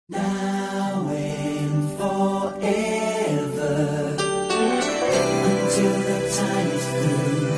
Now and forever, until the time is through.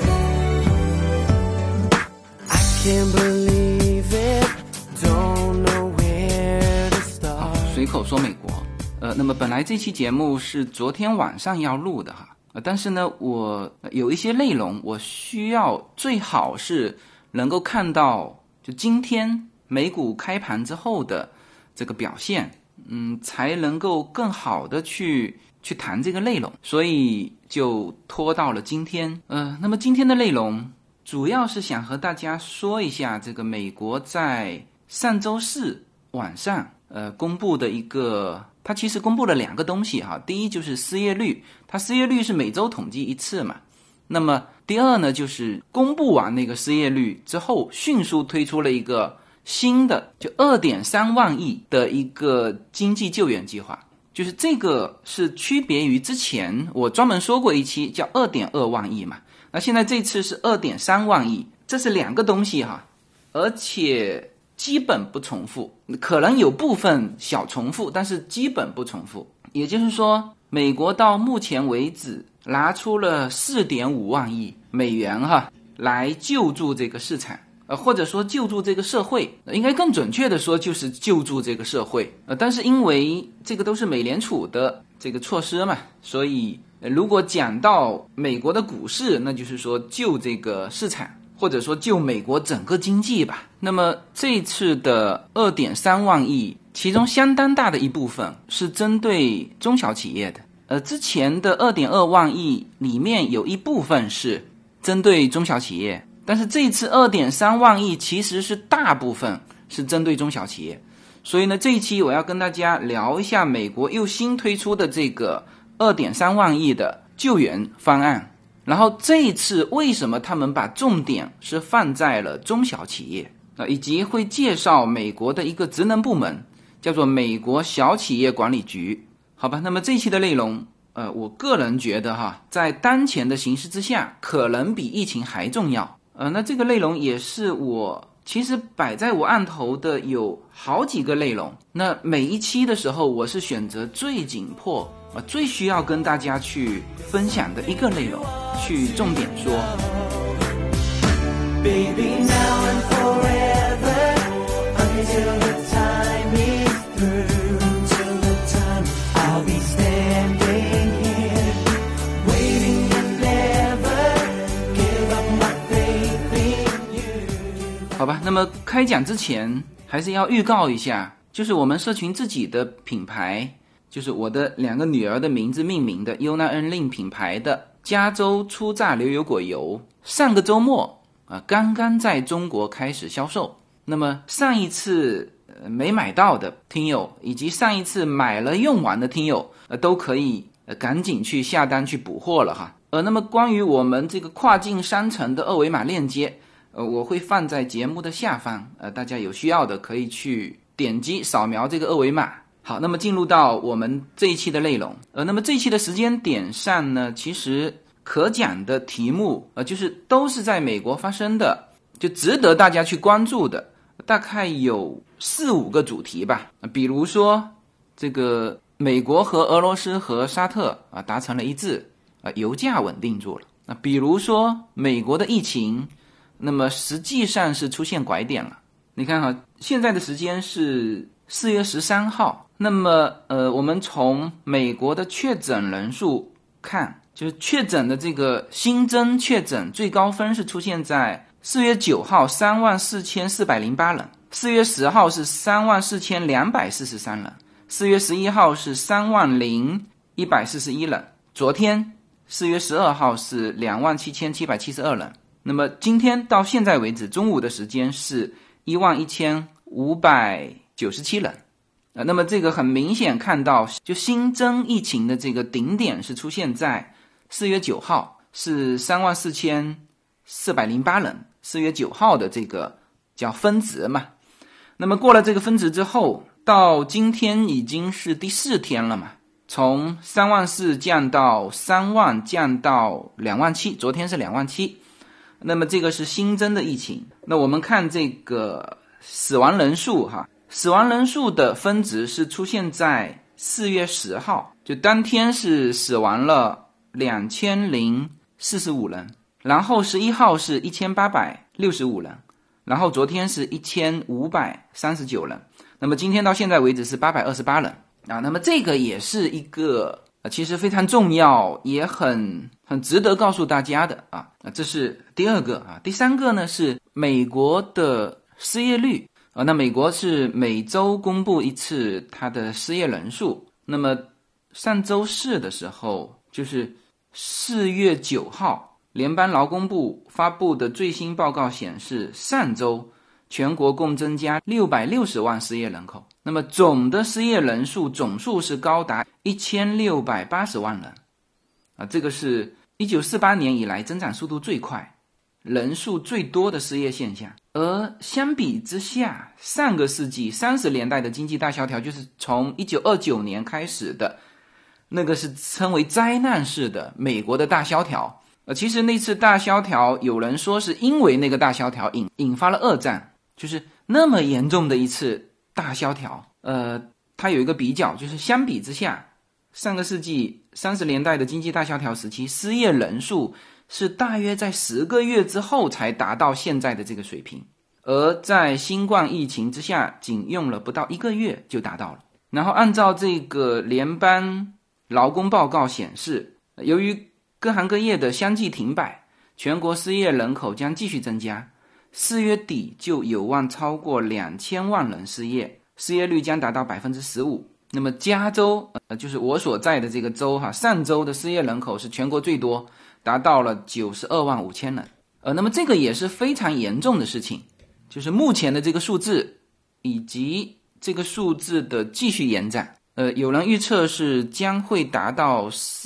I can't believe it, don't know where to start. 随口说美国。那么本来这期节目是昨天晚上要录的哈，但是呢，我有一些内容我需要最好是能够看到就今天美股开盘之后的这个表现，才能够更好的去谈这个内容，所以就拖到了今天。那么今天的内容主要是想和大家说一下这个美国在上周四晚上公布的一个，它其实公布了两个东西哈。第一就是失业率，它失业率是每周统计一次嘛。那么第二呢，就是公布完那个失业率之后，迅速推出了一个新的就 2.3 万亿的一个经济救援计划，就是这个是区别于之前我专门说过一期叫 2.2 万亿嘛，那现在这次是 2.3 万亿，这是两个东西哈，而且基本不重复，可能有部分小重复，但是基本不重复。也就是说美国到目前为止拿出了 4.5 万亿美元哈，来救助这个市场，或者说救助这个社会，应该更准确的说就是救助这个社会。但是因为这个都是美联储的这个措施嘛，所以如果讲到美国的股市，那就是说救这个市场，或者说救美国整个经济吧。那么这次的 2.3 万亿，其中相当大的一部分是针对中小企业的。之前的 2.2 万亿里面有一部分是针对中小企业，但是这一次 2.3 万亿其实是大部分是针对中小企业。所以呢，这一期我要跟大家聊一下美国又新推出的这个 2.3 万亿的救援方案，然后这一次为什么他们把重点是放在了中小企业，以及会介绍美国的一个职能部门，叫做美国小企业管理局。好吧，那么这一期的内容我个人觉得哈，在当前的形势之下可能比疫情还重要。那这个内容也是我其实摆在我案头的有好几个内容，那每一期的时候我是选择最紧迫最需要跟大家去分享的一个内容去重点说。 Baby, now and forever, until the time is through. Till the time I'll be standing here, waiting and never give up my faith in you. 好吧，那么开讲之前还是要预告一下，就是我们社群自己的品牌，就是我的两个女儿的名字命名的 Yona N Lin 品牌的加州初榨牛油果油，上个周末刚刚在中国开始销售。那么上一次没买到的听友，以及上一次买了用完的听友都可以赶紧去下单去补货了哈。那么关于我们这个跨境商城的二维码链接，我会放在节目的下方，大家有需要的可以去点击扫描这个二维码。好，那么进入到我们这一期的内容。那么这一期的时间点上呢，其实可讲的题目就是都是在美国发生的，就值得大家去关注的，大概有4-5个主题吧。比如说这个美国和俄罗斯和沙特达成了一致，油价稳定住了。比如说美国的疫情，那么实际上是出现拐点了。你看哈，现在的时间是4月13号，那么我们从美国的确诊人数看，就是确诊的这个新增确诊最高分是出现在4月9号34,408人，4月10号是34,243人，4月11号是30,141人，昨天4月12号是27,772人。那么今天到现在为止，中午的时间是11,597人。那么这个很明显看到，就新增疫情的这个顶点是出现在4月9号，是34,408人，4月9号的这个叫分值嘛。那么过了这个分值之后，到今天已经是第4天了嘛，从34,000降到3万，降到27,000，昨天是27,000。那么这个是新增的疫情。那我们看这个死亡人数哈， 死亡人数的分值是出现在4月10号，就当天是死亡了2045人，然后11号是1865人，然后昨天是1539人，那么今天到现在为止是828人啊。那么这个也是一个其实非常重要，也很值得告诉大家的啊。这是第二个啊。第三个呢是美国的失业率啊。那美国是每周公布一次它的失业人数。那么上周四的时候，就是4月9号，联邦劳工部发布的最新报告显示，上周全国共增加660万失业人口。那么总的失业人数总数是高达1680万人啊，这个是1948年以来增长速度最快、人数最多的失业现象。而相比之下，上个世纪30年代的经济大萧条，就是从1929年开始的那个是称为灾难式的美国的大萧条。其实那次大萧条有人说是因为那个大萧条引发了二战，就是那么严重的一次大萧条。它有一个比较，就是相比之下，上个世纪30年代的经济大萧条时期，失业人数是大约在10个月之后才达到现在的这个水平，而在新冠疫情之下，仅用了不到1个月就达到了。然后按照这个联邦劳工报告显示，由于各行各业的相继停摆，全国失业人口将继续增加，4月底就有望超过2000万人失业，失业率将达到 15%。 那么加州就是我所在的这个州上周的失业人口是全国最多，达到了92万5千人。那么这个也是非常严重的事情，就是目前的这个数字以及这个数字的继续延展。有人预测是将会达到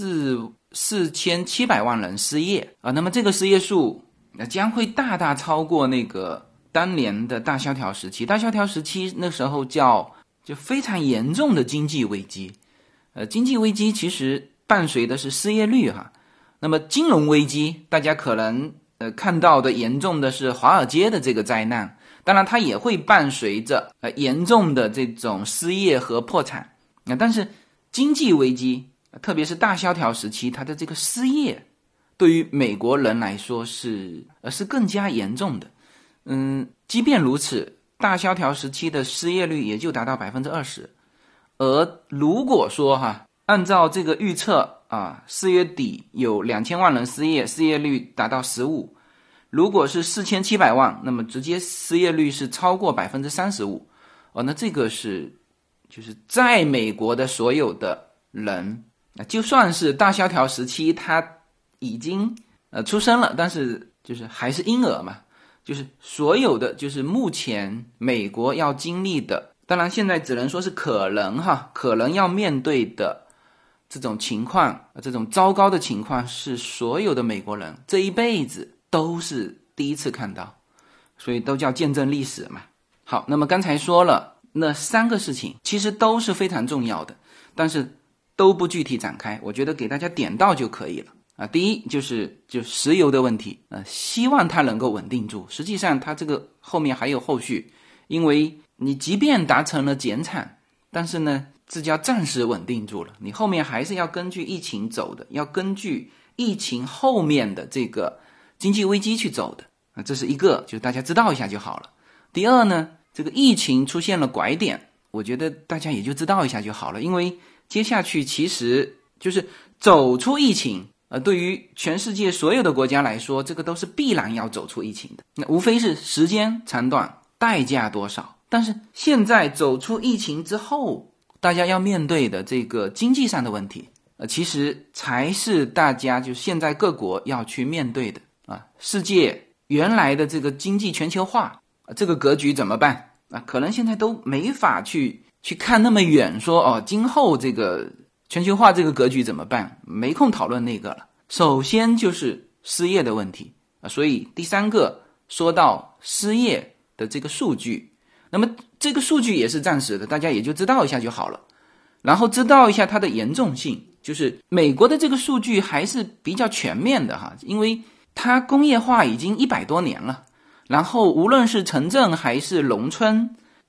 4700万人失业那么这个失业数将会大大超过那个当年的大萧条时期。大萧条时期那时候就非常严重的经济危机。经济危机其实伴随的是失业率那么金融危机大家可能看到的严重的是华尔街的这个灾难，当然它也会伴随着严重的这种失业和破产。但是经济危机特别是大萧条时期，它的这个失业对于美国人来说是更加严重的。即便如此，大萧条时期的失业率也就达到 20%。 而如果说按照这个预测4月底有2000万人失业，失业率达到 15%。 如果是4700万，那么直接失业率是超过 35%。 那这个就是在美国的所有的人，就算是大萧条时期他已经出生了，但是就是还是婴儿嘛，就是所有的就是目前美国要经历的，当然现在只能说是可能要面对的这种情况，这种糟糕的情况是所有的美国人这一辈子都是第一次看到，所以都叫见证历史嘛。好，那么刚才说了那3个事情其实都是非常重要的，但是都不具体展开，我觉得给大家点到就可以了第一就石油的问题希望它能够稳定住，实际上它这个后面还有后续，因为你即便达成了减产，但是呢这叫暂时稳定住了，你后面还是要根据疫情走的，要根据疫情后面的这个经济危机去走的这是一个，就是大家知道一下就好了。第二呢，这个疫情出现了拐点，我觉得大家也就知道一下就好了，因为接下去其实就是走出疫情对于全世界所有的国家来说，这个都是必然要走出疫情的，那无非是时间长短，代价多少。但是现在走出疫情之后，大家要面对的这个经济上的问题其实才是大家就现在各国要去面对的世界原来的这个经济全球化这个格局怎么办可能现在都没法去看那么远，说今后这个全球化这个格局怎么办，没空讨论那个了。首先就是失业的问题所以第3个说到失业的这个数据，那么这个数据也是暂时的，大家也就知道一下就好了，然后知道一下它的严重性。就是美国的这个数据还是比较全面的因为它工业化已经100多年了，然后无论是城镇还是农村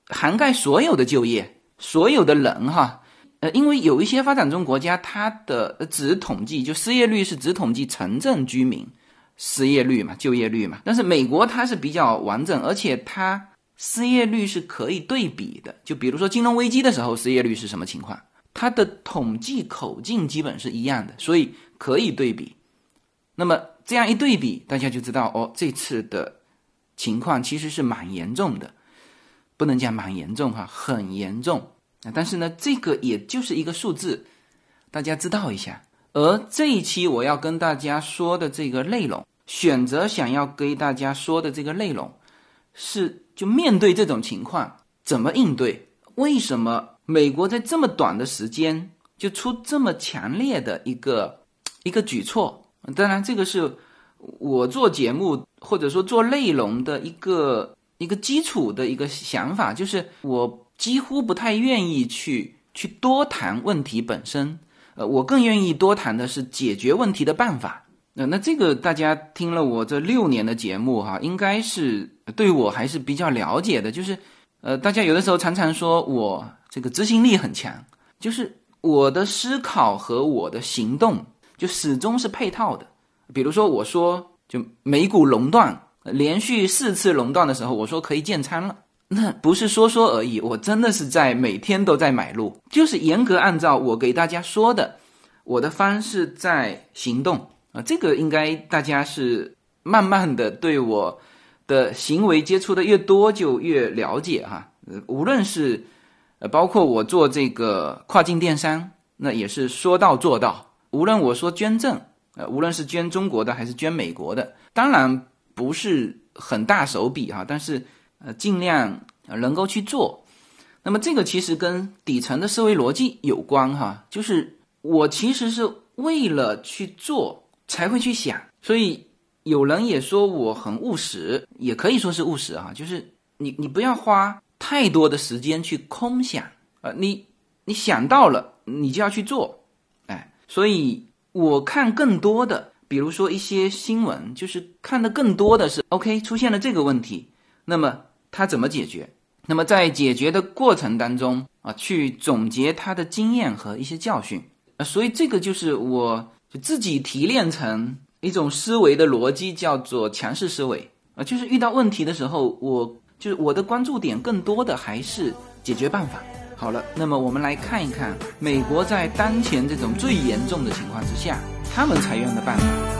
涵盖所有的就业，所有的人哈。因为有一些发展中国家，它的只统计，就失业率是只统计城镇居民失业率嘛，就业率嘛。但是美国它是比较完整，而且它失业率是可以对比的。就比如说金融危机的时候失业率是什么情况，它的统计口径基本是一样的，所以可以对比。那么这样一对比，大家就知道这次的情况其实是蛮严重的，不能讲蛮严重哈，很严重。但是呢，这个也就是一个数字，大家知道一下。而这一期我要跟大家说的这个内容，选择想要给大家说的这个内容，是就面对这种情况怎么应对？为什么美国在这么短的时间就出这么强烈的一个举措？当然，这个是我做节目或者说做内容的一个基础的一个想法，就是我几乎不太愿意去多谈问题本身，我更愿意多谈的是解决问题的办法。那这个大家听了我这6年的节目哈，应该是对我还是比较了解的。就是大家有的时候常常说我这个执行力很强，就是我的思考和我的行动就始终是配套的。比如说我说就美股熔断，连续4次熔断的时候，我说可以建仓了。那不是说说而已，我真的是每天都在买入，就是严格按照我给大家说的我的方式在行动这个应该大家是慢慢的对我的行为接触的越多就越了解哈。无论是包括我做这个跨境电商，那也是说到做到。无论我说捐赠无论是捐中国的还是捐美国的，当然不是很大手笔哈，但是尽量能够去做。那么这个其实跟底层的思维逻辑有关哈，就是我其实是为了去做才会去想，所以有人也说我很务实，也可以说是务实哈，就是你不要花太多的时间去空想你想到了你就要去做所以我看更多的比如说一些新闻，就是看的更多的是 OK 出现了这个问题，那么它怎么解决？那么在解决的过程当中去总结它的经验和一些教训所以这个就是我就自己提炼成一种思维的逻辑，叫做强势思维就是遇到问题的时候，我的关注点更多的还是解决办法。好了，那么我们来看一看美国在当前这种最严重的情况之下，他们采用的办法。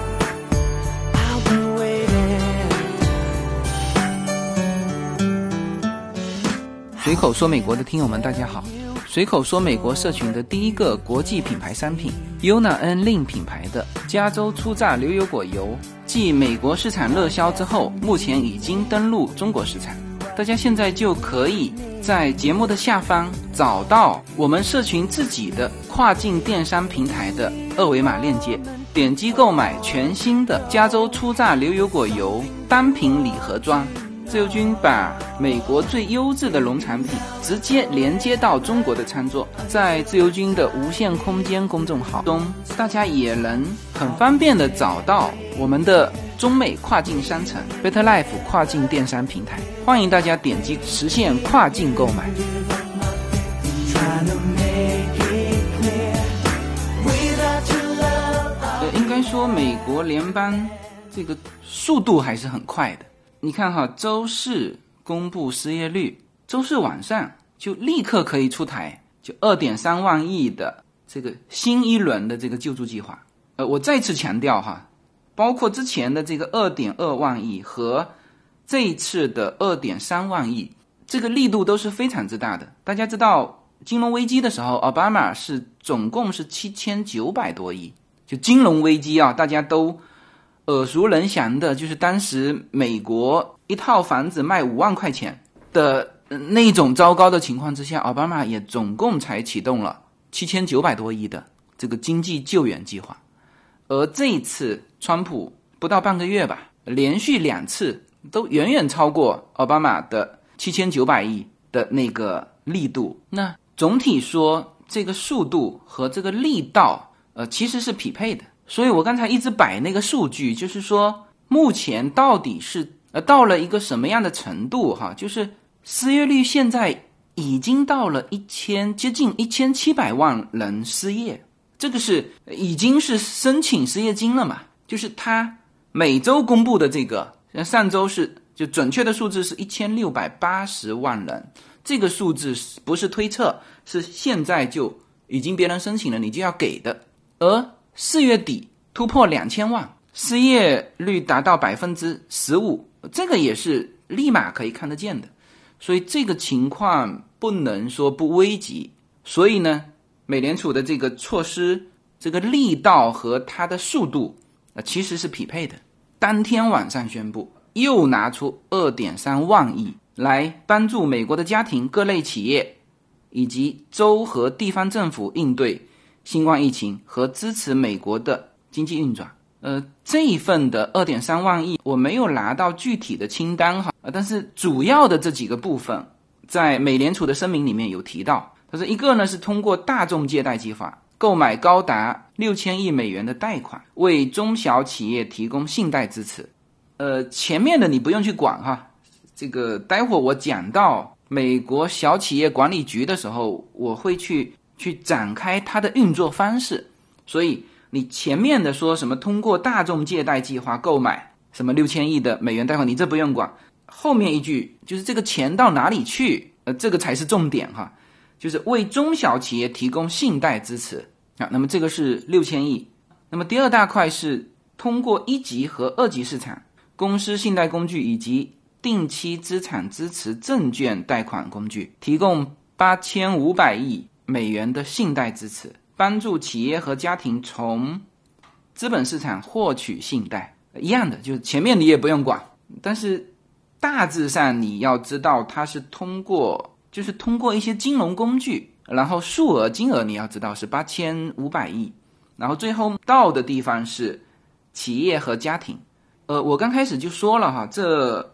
随口说美国的听友们大家好，随口说美国社群的第一个国际品牌商品 Yona and Lin 品牌的加州初榨牛油果油，继美国市场热销之后，目前已经登陆中国市场。大家现在就可以在节目的下方找到我们社群自己的跨境电商平台的2维码链接，点击购买全新的加州初榨牛油果油单品礼盒装。自由军把美国最优质的农产品直接连接到中国的餐桌，在自由军的无限空间公众号中，大家也能很方便的找到我们的中美跨境商城 Better Life 跨境电商平台，欢迎大家点击实现跨境购买。应该说美国联邦这个速度还是很快的。你看哈，周四公布失业率，周四晚上就立刻可以出台就 2.3 万亿的这个新一轮的这个救助计划。我再次强调哈，包括之前的这个 2.2 万亿和这一次的 2.3 万亿，这个力度都是非常之大的。大家知道金融危机的时候，奥巴马是总共是7900多亿，就金融危机大家都耳熟能详的，就是当时美国一套房子卖5万块钱的那种糟糕的情况之下，奥巴马也总共才启动了7900多亿的这个经济救援计划。而这一次川普不到半个月吧，连续2次都远远超过奥巴马的7900亿的那个力度。那总体说这个速度和这个力道其实是匹配的。所以我刚才一直摆那个数据，就是说目前到底是到了一个什么样的程度哈，就是失业率现在已经到了接近1700万人失业，这个是已经是申请失业金了嘛？就是他每周公布的这个，上周就准确的数字是1680万人，这个数字不是推测，是现在就已经别人申请了你就要给的。而4月底突破2000万，失业率达到 15%， 这个也是立马可以看得见的。所以这个情况不能说不危急，所以呢，美联储的这个措施，这个力道和它的速度其实是匹配的。当天晚上宣布又拿出 2.3 万亿来帮助美国的家庭、各类企业以及州和地方政府应对新冠疫情和支持美国的经济运转。这一份的 2.3 万亿我没有拿到具体的清单哈，但是主要的这几个部分在美联储的声明里面有提到。它是一个呢是通过大众借贷计划购买高达6000亿美元的贷款，为中小企业提供信贷支持。前面的你不用去管哈，这个待会儿我讲到美国小企业管理局的时候，我会去展开它的运作方式。所以你前面的说什么通过大众借贷计划购买什么6000亿的美元贷款，你这不用管。后面一句就是这个钱到哪里去，这个才是重点哈，就是为中小企业提供信贷支持啊。那么这个是6000亿。那么第二大块是通过一级和二级市场、公司信贷工具以及定期资产支持证券贷款工具，提供8500亿美元的信贷支持，帮助企业和家庭从资本市场获取信贷。一样的，就是前面你也不用管，但是大致上你要知道它是通过一些金融工具，然后数额金额你要知道是8500亿，然后最后到的地方是企业和家庭。我刚开始就说了哈，这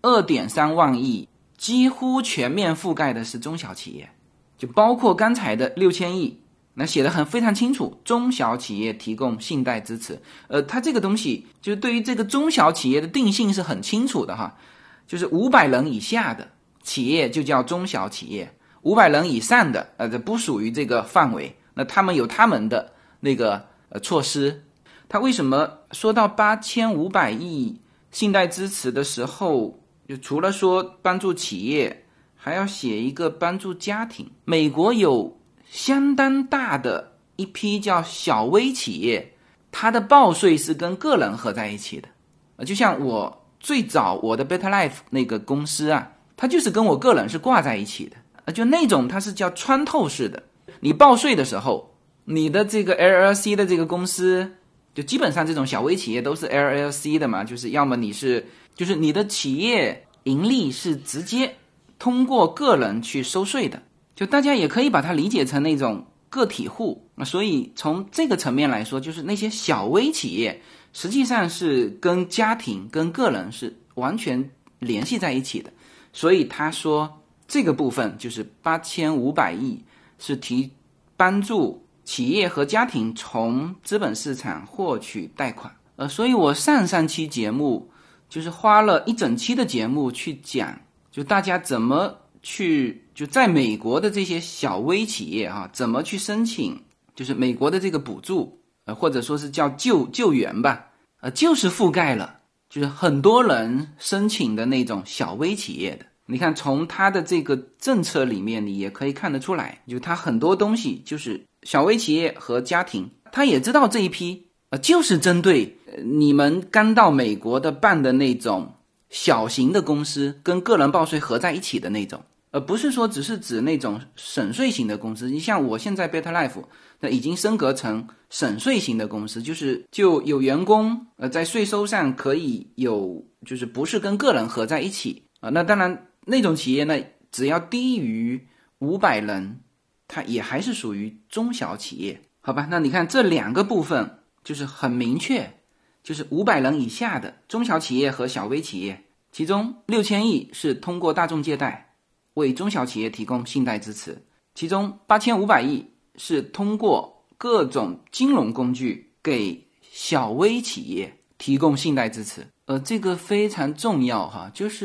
2.3 万亿几乎全面覆盖的是中小企业，就包括刚才的6000亿，那写得非常清楚，中小企业提供信贷支持。它这个东西就是对于这个中小企业的定性是很清楚的哈，就是500人以下的企业就叫中小企业，500人以上的这不属于这个范围，那他们有他们的那个措施。他为什么说到8500亿信贷支持的时候，就除了说帮助企业，还要写一个帮助家庭。美国有相当大的一批叫小微企业，它的报税是跟个人合在一起的。就像我最早我的 Better Life 那个公司啊，它就是跟我个人是挂在一起的。就那种它是叫穿透式的，你报税的时候，你的这个 LLC 的这个公司，就基本上这种小微企业都是 LLC 的嘛，就是要么就是你的企业盈利是直接通过个人去收税的，就大家也可以把它理解成那种个体户。所以从这个层面来说，就是那些小微企业实际上是跟家庭跟个人是完全联系在一起的。所以他说这个部分就是8500亿是帮助企业和家庭从资本市场获取贷款。所以我上期节目就是花了一整期的节目去讲，就大家怎么去，就在美国的这些小微企业怎么去申请，就是美国的这个补助，或者说是叫救援吧，就是覆盖了就是很多人申请的那种小微企业的。你看从他的这个政策里面你也可以看得出来，就他很多东西就是小微企业和家庭，他也知道这一批就是针对你们刚到美国的办的那种小型的公司跟个人报税合在一起的那种，不是说只是指那种省税型的公司。你像我现在 Better Life 那已经升格成省税型的公司，就有员工在税收上可以有，就是不是跟个人合在一起那当然那种企业呢，只要低于500人，它也还是属于中小企业，好吧？那你看这两个部分就是很明确，就是500人以下的中小企业和小微企业，其中6000亿是通过大众借贷为中小企业提供信贷支持，其中8500亿是通过各种金融工具给小微企业提供信贷支持。这个非常重要哈，就是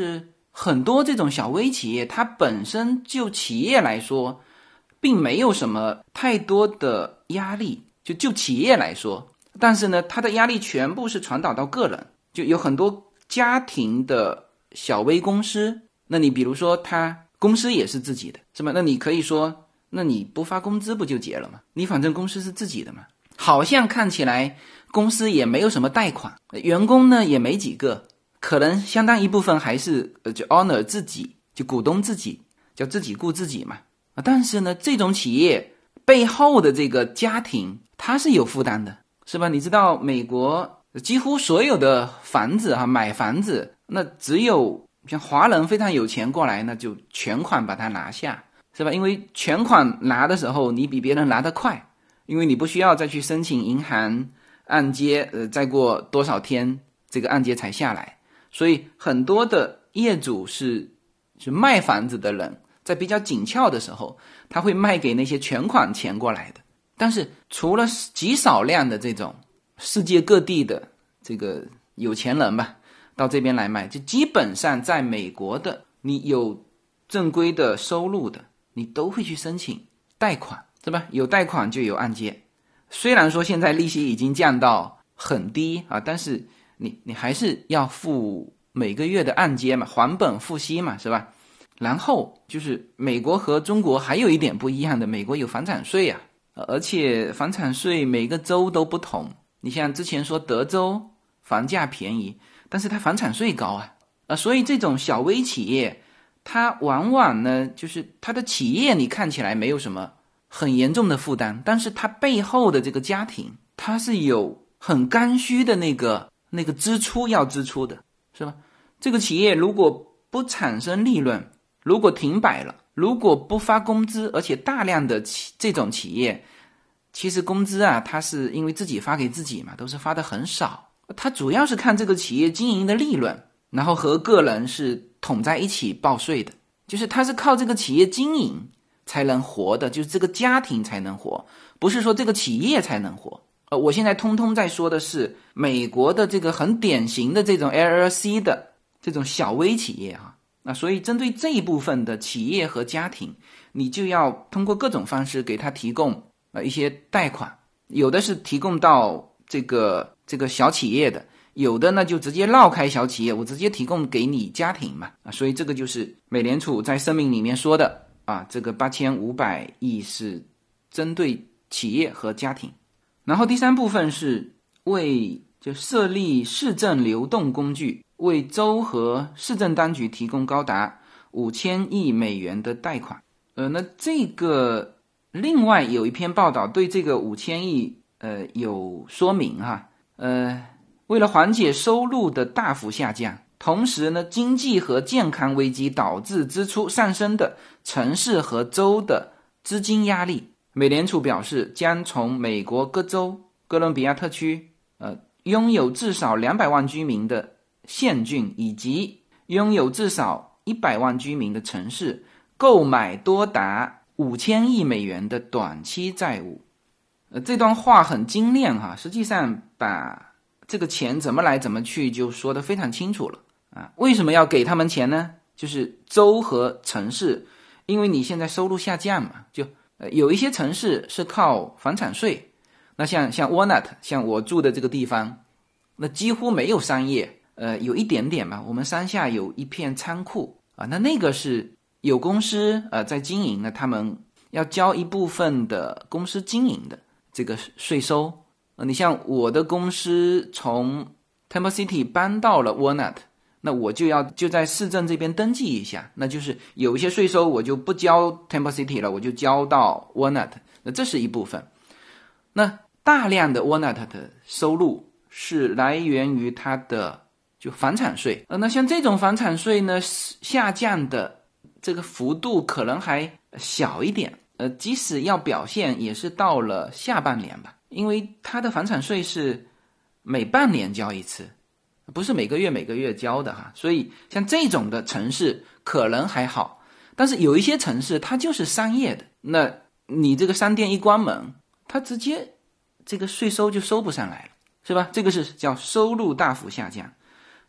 很多这种小微企业，它本身就企业来说，并没有什么太多的压力，就企业来说，但是呢，它的压力全部是传导到个人，就有很多家庭的小微公司，那你比如说他公司也是自己的，是吧？那你可以说，那你不发工资不就结了吗？你反正公司是自己的嘛，好像看起来公司也没有什么贷款，员工呢也没几个，可能相当一部分还是就 honor 自己，就股东自己，叫自己顾自己嘛。但是呢，这种企业背后的这个家庭，它是有负担的，是吧？你知道美国几乎所有的房子买房子，那只有像华人非常有钱过来，那就全款把它拿下，是吧？因为全款拿的时候，你比别人拿得快，因为你不需要再去申请银行按揭，再过多少天这个按揭才下来，所以很多的业主是卖房子的人，在比较紧俏的时候，他会卖给那些全款钱过来的。但是除了极少量的这种世界各地的这个有钱人吧，到这边来卖，就基本上在美国的，你有正规的收入的，你都会去申请贷款，对吧？有贷款就有按揭。虽然说现在利息已经降到很低啊，但是你还是要付每个月的按揭嘛，还本付息嘛，是吧？然后就是美国和中国还有一点不一样的，美国有房产税啊，而且房产税每个州都不同。你像之前说德州房价便宜，但是它房产税高啊，所以这种小微企业，它往往呢，就是它的企业你看起来没有什么很严重的负担，但是它背后的这个家庭，它是有很刚需的那个支出要支出的，是吧？这个企业如果不产生利润，如果停摆了，如果不发工资，而且大量的这种企业，其实工资啊，它是因为自己发给自己嘛，都是发的很少，它主要是看这个企业经营的利润，然后和个人是统在一起报税的，就是它是靠这个企业经营才能活的，就是这个家庭才能活，不是说这个企业才能活。我现在通通在说的是美国的这个很典型的这种 LLC 的这种小微企业所以针对这一部分的企业和家庭，你就要通过各种方式给他提供一些贷款，有的是提供到这个小企业的，有的呢就直接绕开小企业，我直接提供给你家庭嘛所以这个就是美联储在声明里面说的这个8500亿是针对企业和家庭。然后第三部分是就设立市政流动工具，为州和市政当局提供高达5000亿美元的贷款。那这个另外有一篇报道对这个5000亿有说明为了缓解收入的大幅下降，同时呢经济和健康危机导致支出上升的城市和州的资金压力，美联储表示将从美国各州、哥伦比亚特区拥有至少200万居民的县郡以及拥有至少100万居民的城市购买多达5000亿美元的短期债务。这段话很精炼实际上把这个钱怎么来怎么去就说得非常清楚了为什么要给他们钱呢？就是州和城市，因为你现在收入下降嘛，就有一些城市是靠房产税，那像 Walnut 像我住的这个地方，那几乎没有商业，有一点点嘛，我们山下有一片仓库那个是有公司在经营，那他们要交一部分的公司经营的这个税收你像我的公司从 Temple City 搬到了 Walnut， 那我就在市政这边登记一下，那就是有一些税收我就不交 Temple City 了，我就交到 Walnut， 那这是一部分。那大量的 Walnut 的收入是来源于它的就房产税那像这种房产税呢下降的这个幅度可能还小一点即使要表现也是到了下半年吧，因为它的房产税是每半年交一次，不是每个月交的所以像这种的城市可能还好，但是有一些城市它就是商业的，那你这个商店一关门，它直接这个税收就收不上来了，是吧？这个是叫收入大幅下降。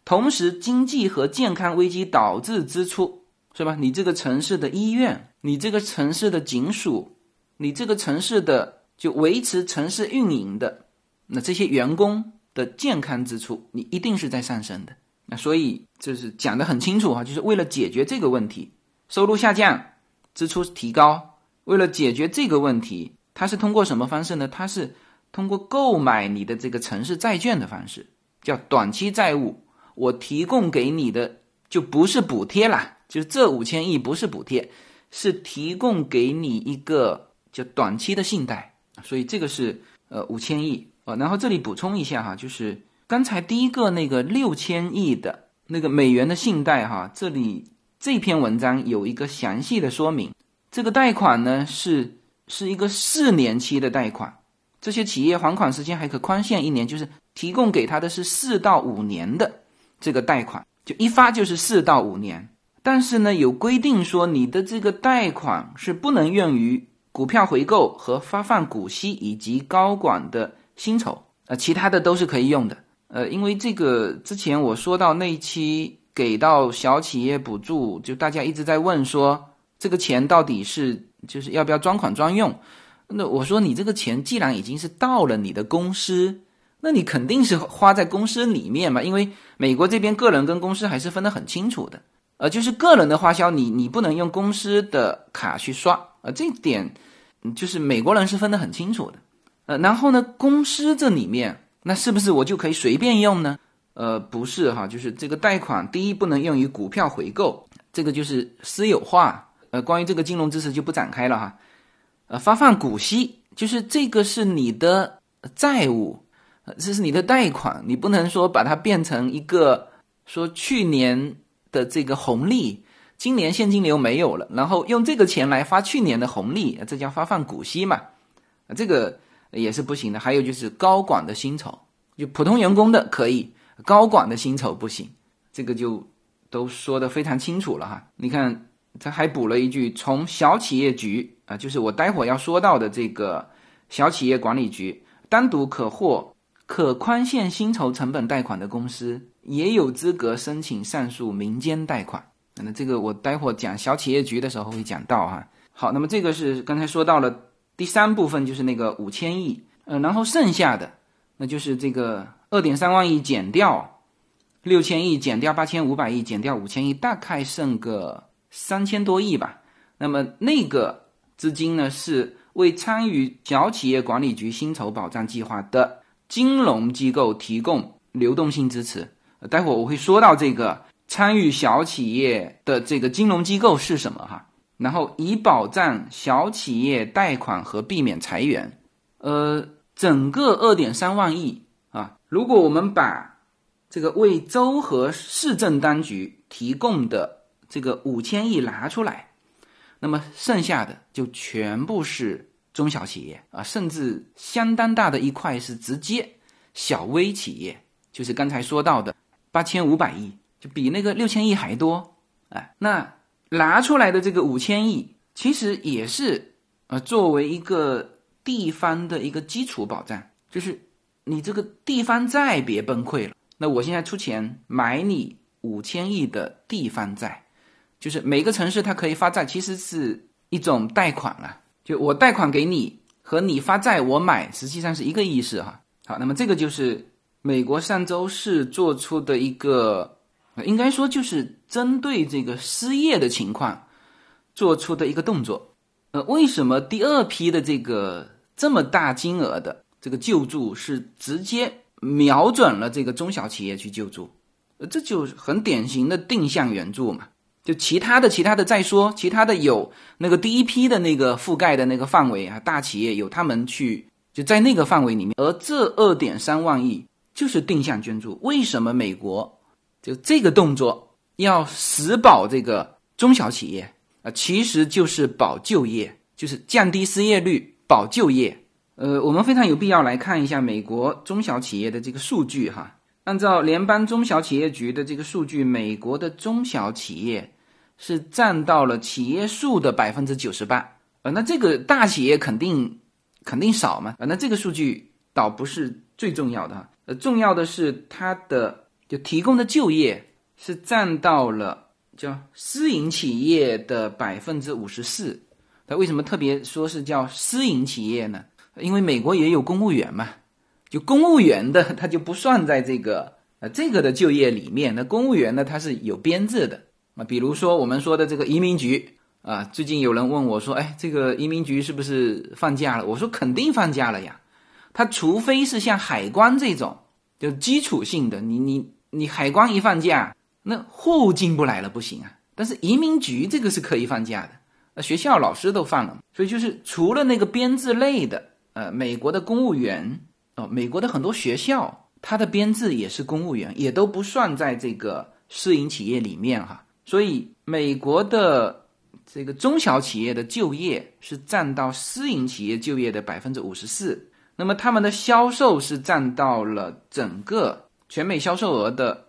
同时经济和健康危机导致支出，是吧？你这个城市的医院，你这个城市的警署，你这个城市的就维持城市运营的，那这些员工的健康支出，你一定是在上升的。那所以就是讲得很清楚啊，就是为了解决这个问题，收入下降，支出提高。为了解决这个问题，它是通过什么方式呢？它是通过购买你的这个城市债券的方式，叫短期债务。我提供给你的就不是补贴啦，就是这5000亿不是补贴，是提供给你一个叫短期的信贷。所以这个是5000亿。然后这里补充一下哈，就是刚才第一个那个6000亿的那个美元的信贷哈，这里这篇文章有一个详细的说明。这个贷款呢是一个4年期的贷款，这些企业还款时间还可宽限1年，就是提供给他的是4到5年的这个贷款，就一发就是4到5年。但是呢有规定说你的这个贷款是不能用于股票回购和发放股息以及高管的薪酬，其他的都是可以用的。因为这个之前我说到那一期给到小企业补助，就大家一直在问说这个钱到底是就是要不要专款专用。那我说你这个钱既然已经是到了你的公司，那你肯定是花在公司里面嘛，因为美国这边个人跟公司还是分得很清楚的。就是个人的花销你不能用公司的卡去刷，这一点就是美国人是分得很清楚的。然后呢公司这里面那是不是我就可以随便用呢？不是哈，就是这个贷款第一不能用于股票回购，这个就是私有化。关于这个金融知识就不展开了哈。发放股息就是这个是你的债务，这是你的贷款，你不能说把它变成一个说去年的这个红利，今年现金流没有了，然后用这个钱来发去年的红利，这叫发放股息嘛。这个也是不行的。还有就是高管的薪酬，就普通员工的可以，高管的薪酬不行，这个就都说得非常清楚了哈。你看他还补了一句，从小企业局就是我待会儿要说到的这个小企业管理局，单独可获可宽限薪酬成本贷款的公司也有资格申请上述民间贷款。那这个我待会儿讲小企业局的时候会讲到哈。好，那么这个是刚才说到了第3部分，就是那个5000亿。然后剩下的那就是这个 2.3 万亿减掉6000亿，减掉8500亿，减掉5000亿，大概剩个3000多亿吧。那么那个资金呢是为参与小企业管理局薪酬保障计划的金融机构提供流动性支持。待会儿我会说到这个参与小企业的这个金融机构是什么哈。然后以保障小企业贷款和避免裁员。整个 2.3 万亿如果我们把这个为州和市政当局提供的这个5000亿拿出来，那么剩下的就全部是中小企业甚至相当大的一块是直接小微企业，就是刚才说到的8500亿，就比那个6000亿还多。那拿出来的这个5000亿其实也是作为一个地方的一个基础保障，就是你这个地方债别崩溃了，那我现在出钱买你5000亿的地方债，就是每个城市它可以发债，其实是一种贷款了，就我贷款给你和你发债我买实际上是一个意思哈。好，那么这个就是美国上周市做出的一个应该说就是针对这个失业的情况做出的一个动作。为什么第2批的这个这么大金额的这个救助是直接瞄准了这个中小企业去救助？这就是很典型的定向援助嘛。就其他的再说，其他的有那个第1批的那个覆盖的那个范围大企业有他们去就在那个范围里面，而这 2.3 万亿就是定向捐助。为什么美国就这个动作要死保这个中小企业其实就是保就业，就是降低失业率，保就业。我们非常有必要来看一下美国中小企业的这个数据哈。按照联邦中小企业局的这个数据，美国的中小企业是占到了企业数的 98%。那这个大企业肯定少嘛。那这个数据倒不是最重要的重要的是它的就提供的就业是占到了叫私营企业的 54%。 那为什么特别说是叫私营企业呢？因为美国也有公务员嘛，就公务员的他就不算在这个的就业里面。那公务员呢，他是有编制的比如说我们说的这个移民局最近有人问我说，这个移民局是不是放假了？我说肯定放假了呀。他除非是像海关这种就基础性的，你海关一放假，那货物进不来了不行啊。但是移民局这个是可以放假的，学校老师都放了。所以就是除了那个编制类的美国的公务员美国的很多学校它的编制也是公务员，也都不算在这个私营企业里面哈。所以美国的这个中小企业的就业是占到私营企业就业的 54%， 那么他们的销售是占到了整个全美销售额的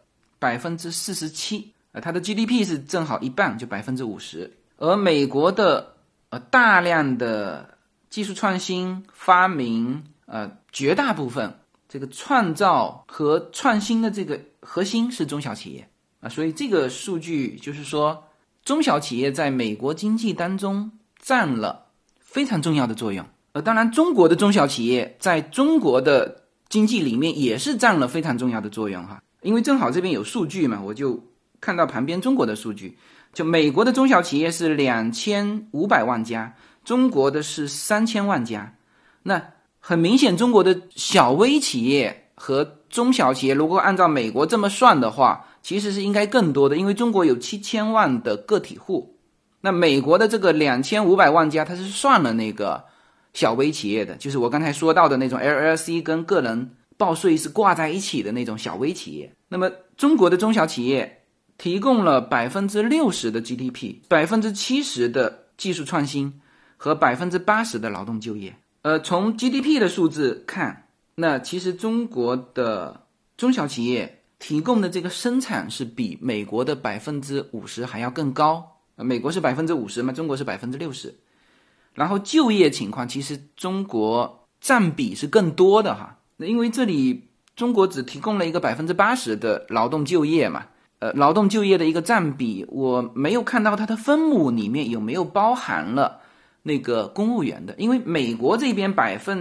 47%， 它的 GDP 是正好一半，就 50%。 而美国的大量的技术创新发明绝大部分这个创造和创新的这个核心是中小企业所以这个数据就是说中小企业在美国经济当中占了非常重要的作用。当然中国的中小企业在中国的经济里面也是占了非常重要的作用哈。因为正好这边有数据嘛，我就看到旁边中国的数据，就美国的中小企业是2500万家，中国的是3000万家。那很明显中国的小微企业和中小企业如果按照美国这么算的话，其实是应该更多的，因为中国有7000万的个体户，那美国的这个2500万家它是算了那个小微企业的，就是我刚才说到的那种 LLC 跟个人报税是挂在一起的那种小微企业。那么中国的中小企业提供了 60% 的 GDP， 70% 的技术创新和 80% 的劳动就业。从 GDP 的数字看，那其实中国的中小企业提供的这个生产是比美国的 50% 还要更高。美国是 50% 嘛，中国是 60%。 然后就业情况其实中国占比是更多的哈，因为这里中国只提供了一个 80% 的劳动就业嘛，劳动就业的一个占比我没有看到它的分母里面有没有包含了那个公务员的，因为美国这边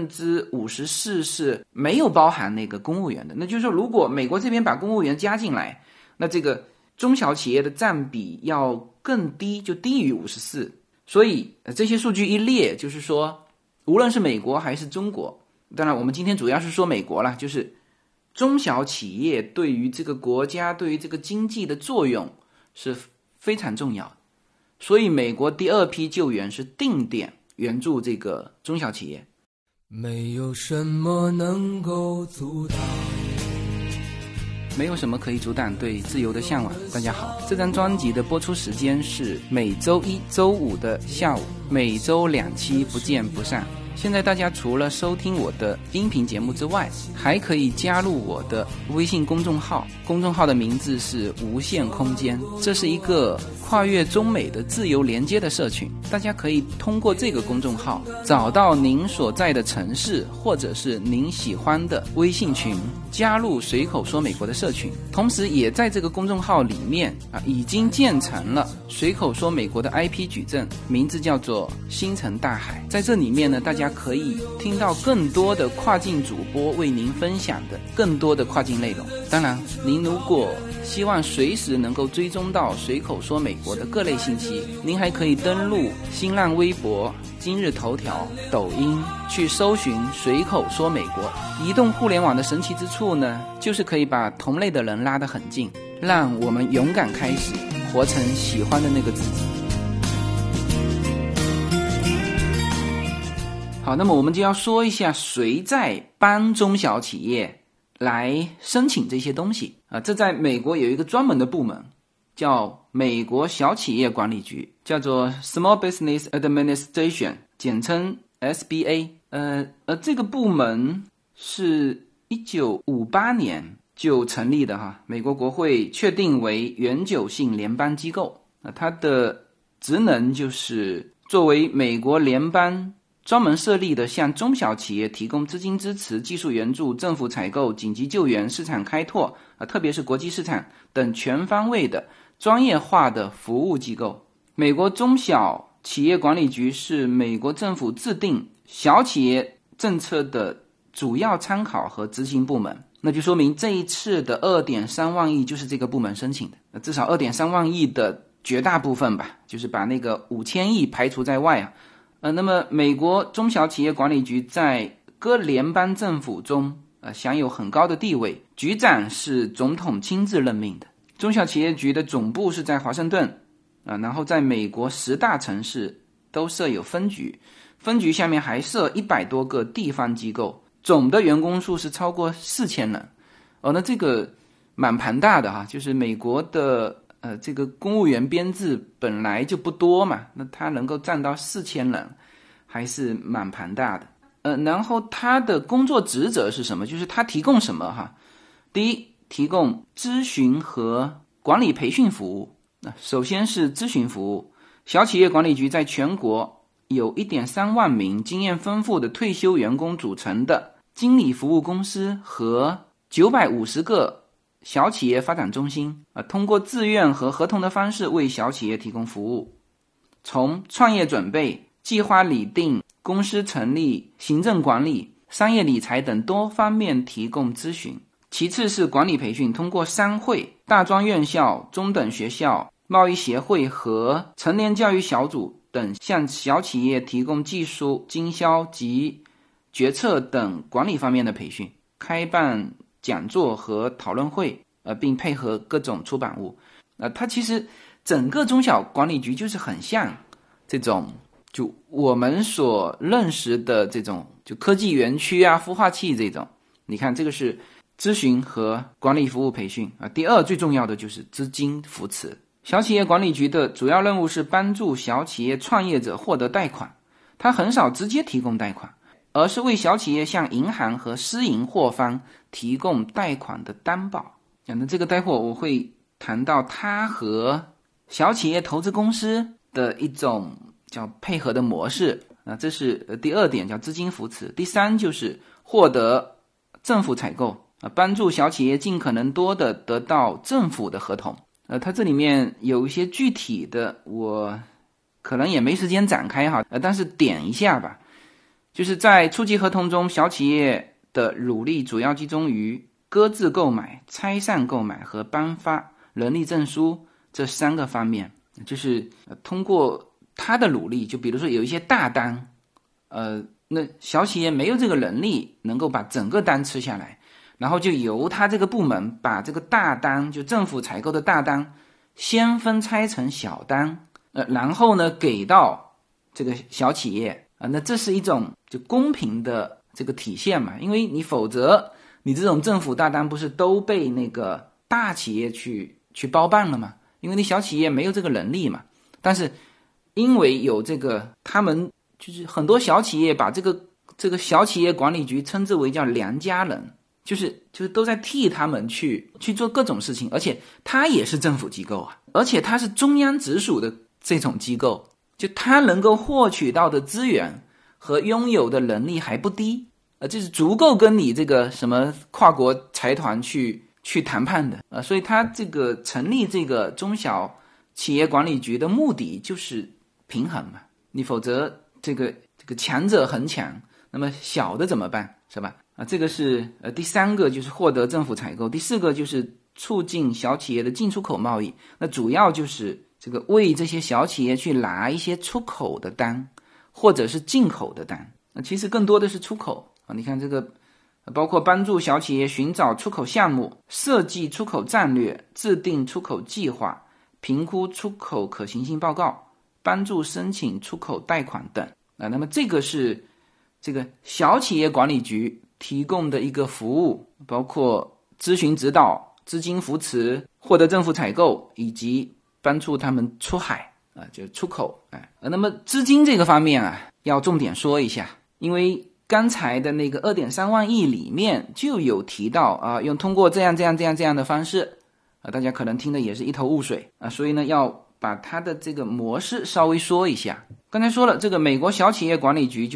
54% 是没有包含那个公务员的。那就是说如果美国这边把公务员加进来，那这个中小企业的占比要更低，就低于54%。所以这些数据一列，就是说无论是美国还是中国，当然我们今天主要是说美国啦，就是中小企业对于这个国家对于这个经济的作用是非常重要的。所以美国第二批救援是定点援助这个中小企业。 没有什么能够阻挡， 没有什么可以阻挡对自由的向往。大家好，这张专辑的播出时间是每周一周五的下午，每周2期，不见不散。现在大家除了收听我的音频节目之外，还可以加入我的微信公众号，公众号的名字是无限空间。这是一个跨越中美的自由连接的社群，大家可以通过这个公众号找到您所在的城市或者是您喜欢的微信群，加入随口说美国的社群。同时也在这个公众号里面已经建成了随口说美国的 IP 矩阵，名字叫做星辰大海。在这里面呢，大家可以听到更多的跨境主播为您分享的更多的跨境内容。当然您如果希望随时能够追踪到随口说美国的各类信息，您还可以登录新浪微博、今日头条、抖音去搜寻随口说美国。移动互联网的神奇之处呢，就是可以把同类的人拉得很近，让我们勇敢开始，活成喜欢的那个自己。好，那么我们就要说一下谁在帮中小企业来申请这些东西这在美国有一个专门的部门，叫美国小企业管理局，叫做 Small Business Administration， 简称 SBA。这个部门是1958年就成立的哈，美国国会确定为永久性联邦机构。它的职能就是作为美国联邦专门设立的向中小企业提供资金支持、技术援助、政府采购、紧急救援、市场开拓特别是国际市场等全方位的专业化的服务机构。美国中小企业管理局是美国政府制定小企业政策的主要参考和执行部门，那就说明这一次的 2.3 万亿就是这个部门申请的，至少 2.3 万亿的绝大部分吧，就是把那个5000亿排除在外啊。那么美国中小企业管理局在各联邦政府中享有很高的地位，局长是总统亲自任命的。中小企业局的总部是在华盛顿然后在美国10大城市都设有分局，分局下面还设100多个地方机构，总的员工数是超过4000人。那这个蛮庞大的哈，就是美国的这个公务员编制本来就不多嘛，那他能够占到4000人，还是蛮庞大的。然后他的工作职责是什么？就是他提供什么哈？第一，提供咨询和管理培训服务。首先是咨询服务，小企业管理局在全国有 1.3 万名经验丰富的退休员工组成的经理服务公司和950个小企业发展中心通过自愿和合同的方式为小企业提供服务，从创业准备、计划拟定、公司成立、行政管理、商业理财等多方面提供咨询。其次是管理培训，通过商会、大专院校、中等学校、贸易协会和成年教育小组等向小企业提供技术、经销及决策等管理方面的培训，开办讲座和讨论会并配合各种出版物。它其实整个中小管理局就是很像这种就我们所认识的这种就科技园区啊、孵化器这种。你看这个是咨询和管理服务培训第二最重要的就是资金扶持。小企业管理局的主要任务是帮助小企业创业者获得贷款，它很少直接提供贷款，而是为小企业向银行和私营货方提供贷款的担保。那这个待会我会谈到它和小企业投资公司的一种叫配合的模式这是第二点，叫资金扶持。第三就是获得政府采购帮助小企业尽可能多的得到政府的合同。它这里面有一些具体的我可能也没时间展开哈但是点一下吧。就是在初级合同中，小企业的努力主要集中于搁置购买、拆散购买和颁发人力证书这3个方面。就是通过他的努力，就比如说有一些大单那小企业没有这个能力能够把整个单吃下来，然后就由他这个部门把这个大单，就政府采购的大单先分拆成小单然后呢给到这个小企业那这是一种就公平的这个体现嘛，因为你否则你这种政府大单不是都被那个大企业去包办了吗？因为你小企业没有这个能力嘛。但是因为有这个，他们就是很多小企业把这个小企业管理局称之为叫良家人，就是都在替他们去做各种事情，而且他也是政府机构而且他是中央直属的这种机构，就他能够获取到的资源和拥有的能力还不低就是足够跟你这个什么跨国财团去谈判的所以他这个成立这个中小企业管理局的目的就是平衡嘛，你否则这个强者恒强，那么小的怎么办，是吧这个是第3个，就是获得政府采购。第4个就是促进小企业的进出口贸易，那主要就是这个为这些小企业去拿一些出口的单或者是进口的单其实更多的是出口你看这个包括帮助小企业寻找出口项目、设计出口战略、制定出口计划、评估出口可行性报告、帮助申请出口贷款等那么这个是这个小企业管理局提供的一个服务，包括咨询指导、资金扶持、获得政府采购以及帮助他们出海就出口那么资金这个方面要重点说一下，因为刚才的那个 2.3 万亿里面就有提到用通过这样的方式大家可能听的也是一头雾水所以呢要把它的这个模式稍微说一下。刚才说了，这个美国小企业管理局就是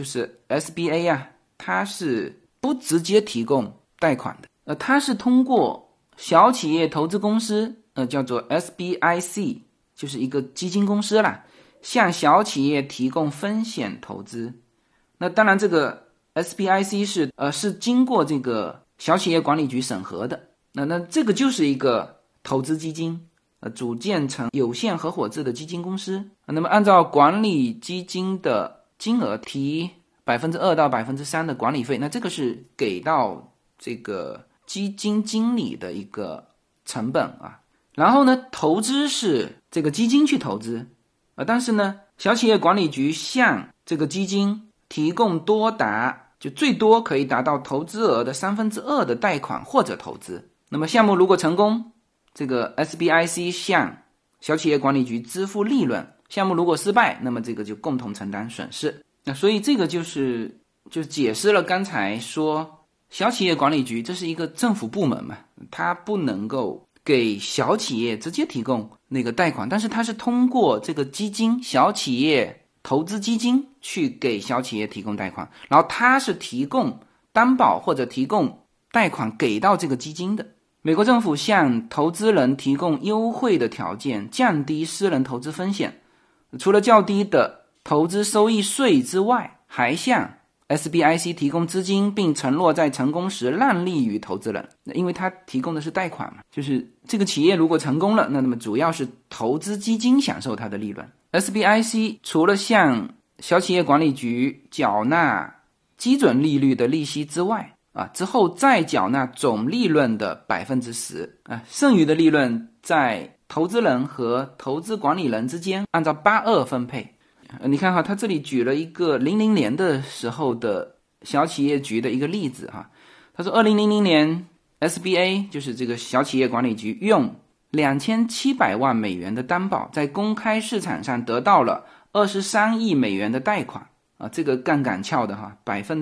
SBA 啊，它是不直接提供贷款的，它是通过小企业投资公司，叫做 SBIC， 就是一个基金公司啦，向小企业提供风险投资。那当然，这个 SBIC 是经过这个小企业管理局审核的。那这个就是一个投资基金，组建成有限合伙制的基金公司。那么按照管理基金的金额提 2% 到 3% 的管理费，那这个是给到这个基金经理的一个成本啊。然后呢，投资是这个基金去投资，但是呢，小企业管理局向这个基金提供最多可以达到投资额的2/3的贷款或者投资。那么项目如果成功，这个 SBIC 向小企业管理局支付利润，项目如果失败，那么这个就共同承担损失。那所以这个就解释了刚才说小企业管理局这是一个政府部门嘛，它不能够给小企业直接提供那个贷款，但是它是通过这个基金，小企业投资基金去给小企业提供贷款，然后它是提供担保或者提供贷款给到这个基金的。美国政府向投资人提供优惠的条件，降低私人投资风险，除了较低的投资收益税之外，还向 SBIC 提供资金，并承诺在成功时让利于投资人。因为他提供的是贷款嘛，就是这个企业如果成功了，那么主要是投资基金享受它的利润。SBIC 除了向小企业管理局缴纳基准利率的利息之外，之后再缴纳总利润的 10%， 剩余的利润在投资人和投资管理人之间按照8-2分配。你看哈，他这里举了一个00年的时候的小企业局的一个例子哈。他说2000年 SBA 就是这个小企业管理局用2700万美元的担保，在公开市场上得到了23亿美元的贷款这个杠杆翘的哈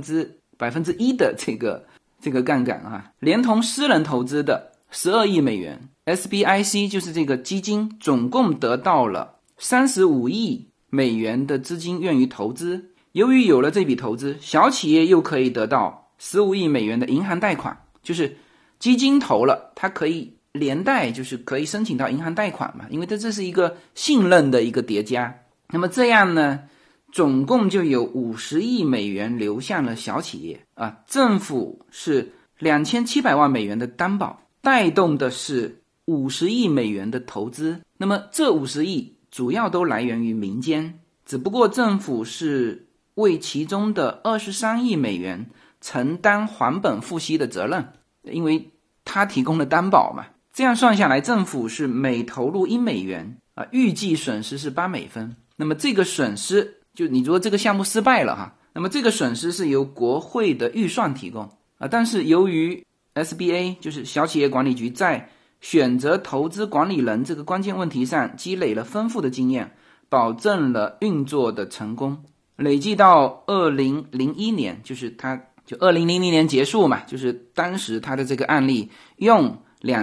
，1%的这个杠杆啊，连同私人投资的12亿美元 ，SBIC 就是这个基金总共得到了35亿美元的资金愿意投资。由于有了这笔投资，小企业又可以得到15亿美元的银行贷款，就是基金投了，它可以连带就是可以申请到银行贷款嘛，因为这是一个信任的一个叠加。那么这样呢，总共就有50亿美元流向了小企业政府是2700万美元的担保，带动的是50亿美元的投资。那么这50亿主要都来源于民间，只不过政府是为其中的23亿美元承担还本付息的责任，因为他提供了担保嘛。这样算下来，政府是每投入1美元预计损失是8美分。那么这个损失，就你如果这个项目失败了那么这个损失是由国会的预算提供但是由于 SBA 就是小企业管理局在选择投资管理人这个关键问题上积累了丰富的经验，保证了运作的成功。累计到2001年，就是2000年结束嘛，就是当时他的这个案例用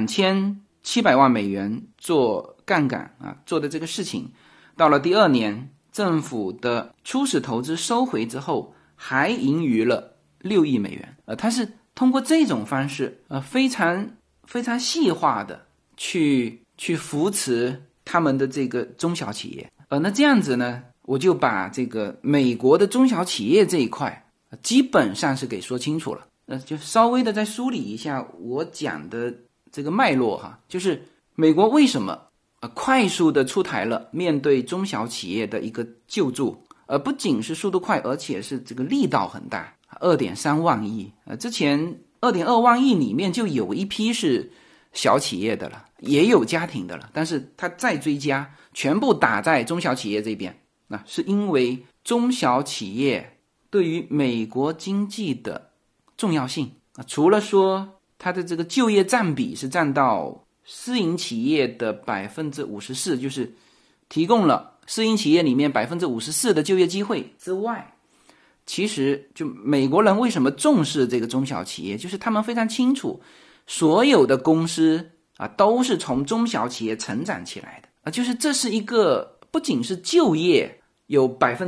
2700万美元做杠杆做的这个事情，到了第2年，政府的初始投资收回之后，还盈余了6亿美元。它是通过这种方式非常非常细化的去扶持他们的这个中小企业。那这样子呢，我就把这个美国的中小企业这一块基本上是给说清楚了。就稍微的再梳理一下我讲的这个脉络就是美国为什么快速的出台了面对中小企业的一个救助，不仅是速度快，而且是这个力道很大，2.3万亿之前2.2万亿里面就有一批是小企业的了，也有家庭的了，但是它再追加全部打在中小企业这边，那是因为中小企业对于美国经济的重要性除了说它的这个就业占比是占到私营企业的 54%， 就是提供了私营企业里面 54% 的就业机会之外，其实就美国人为什么重视这个中小企业，就是他们非常清楚所有的公司都是从中小企业成长起来就是这是一个不仅是就业有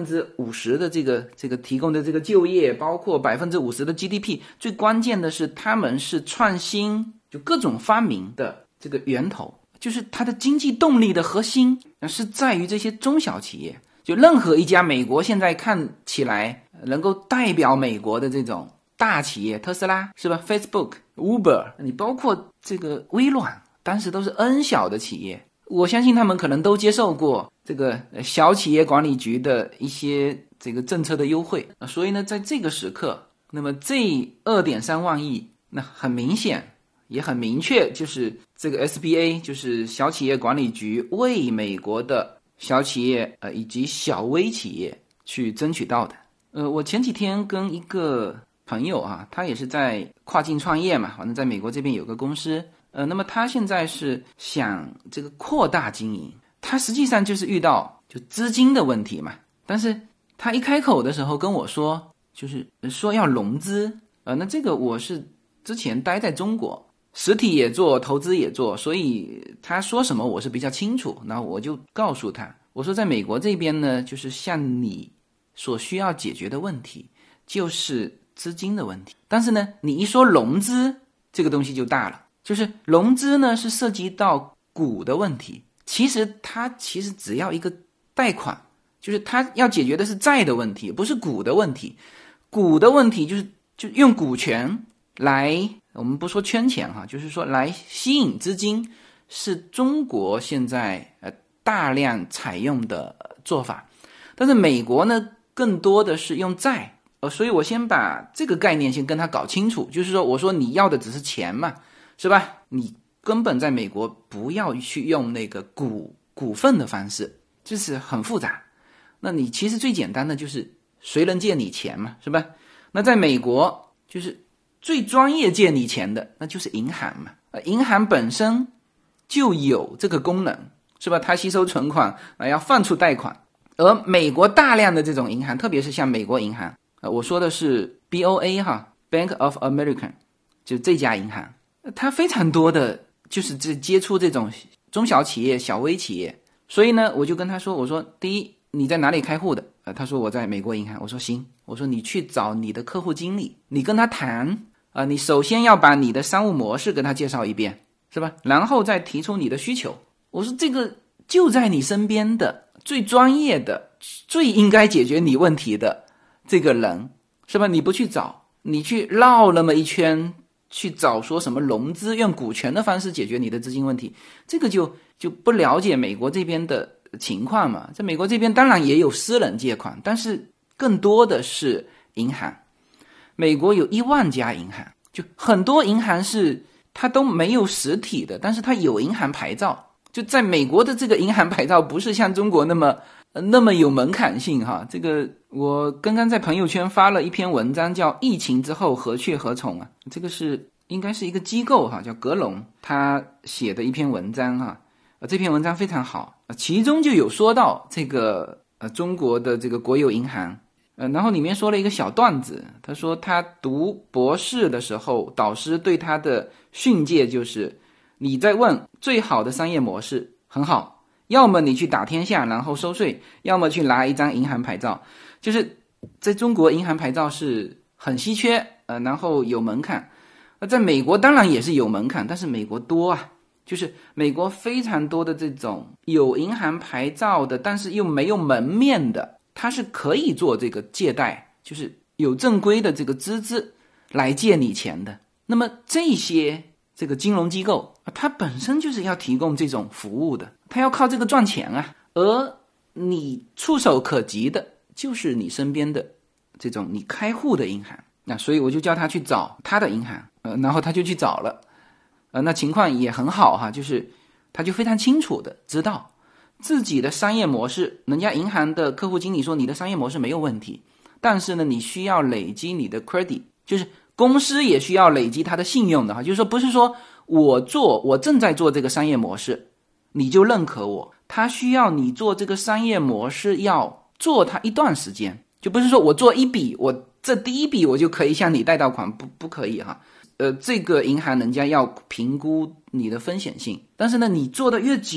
50%的这个提供的这个就业，包括50%的 GDP， 最关键的是他们是创新，就各种发明的这个源头，就是它的经济动力的核心是在于这些中小企业。就任何一家美国现在看起来能够代表美国的这种大企业，特斯拉是吧， Facebook、Uber， 你包括这个微软，当时都是 N 小的企业，我相信他们可能都接受过这个小企业管理局的一些这个政策的优惠。所以呢，在这个时刻，那么这 2.3 万亿，那很明显也很明确，就是这个 SBA 就是小企业管理局为美国的小企业以及小微企业去争取到的。我前几天跟一个朋友啊，他也是在跨境创业嘛，反正在美国这边有个公司，那么他现在是想这个扩大经营，他实际上就是遇到就资金的问题嘛，但是他一开口的时候跟我说，就是说要融资，那这个我是之前待在中国，实体也做，投资也做，所以他说什么我是比较清楚。那我就告诉他，我说在美国这边呢，就是像你所需要解决的问题就是资金的问题，但是呢，你一说融资，这个东西就大了。就是融资呢是涉及到股的问题，其实它只要一个贷款，就是它要解决的是债的问题，不是股的问题。股的问题就用股权来，我们不说圈钱哈，就是说来吸引资金，是中国现在大量采用的做法。但是美国呢更多的是用债，所以我先把这个概念先跟他搞清楚，就是说我说你要的只是钱嘛，是吧？你根本在美国不要去用那个股份的方式，就是很复杂。那你其实最简单的就是谁能借你钱嘛，是吧？那在美国就是最专业借你钱的那就是银行嘛，银行本身就有这个功能，是吧？它吸收存款，要放出贷款。而美国大量的这种银行，特别是像美国银行，我说的是 BOA 哈 Bank of America， 就这家银行，它非常多的就是接触这种中小企业、小微企业。所以呢，我就跟他说，我说第一，你在哪里开户的？他说我在美国银行。我说行，我说你去找你的客户经理，你跟他谈你首先要把你的商务模式跟他介绍一遍，是吧？然后再提出你的需求。我说这个就在你身边的最专业的、最应该解决你问题的这个人，是吧？你不去找，你去绕那么一圈，去找说什么融资，用股权的方式解决你的资金问题，这个就不了解美国这边的情况嘛。在美国这边当然也有私人借款，但是更多的是银行。美国有1万家银行，就很多银行是它都没有实体的，但是它有银行牌照。就在美国的这个银行牌照不是像中国那么有门槛性哈。这个我刚刚在朋友圈发了一篇文章，叫疫情之后何去何从啊。这个是应该是一个机构哈，叫格隆，他写的一篇文章哈。这篇文章非常好，其中就有说到这个中国的这个国有银行，然后里面说了一个小段子。他说他读博士的时候，导师对他的训诫就是你在问最好的商业模式很好，要么你去打天下然后收税，要么去拿一张银行牌照。就是在中国银行牌照是很稀缺，然后有门槛。在美国当然也是有门槛，但是美国多啊，就是美国非常多的这种有银行牌照的但是又没有门面的，它是可以做这个借贷，就是有正规的这个资质来借你钱的。那么这些这个金融机构它本身就是要提供这种服务的，它要靠这个赚钱啊。而你触手可及的就是你身边的这种你开户的银行。那所以我就叫他去找他的银行，然后他就去找了，那情况也很好哈，就是他就非常清楚的知道自己的商业模式，人家银行的客户经理说你的商业模式没有问题，但是呢你需要累积你的 credit， 就是公司也需要累积他的信用的哈，就是说不是说我正在做这个商业模式你就认可我，他需要你做这个商业模式要做它一段时间，就不是说我做一笔，我这第一笔我就可以向你贷到款，不可以哈。这个银行人家要评估你的风险性，但是呢你做的越久，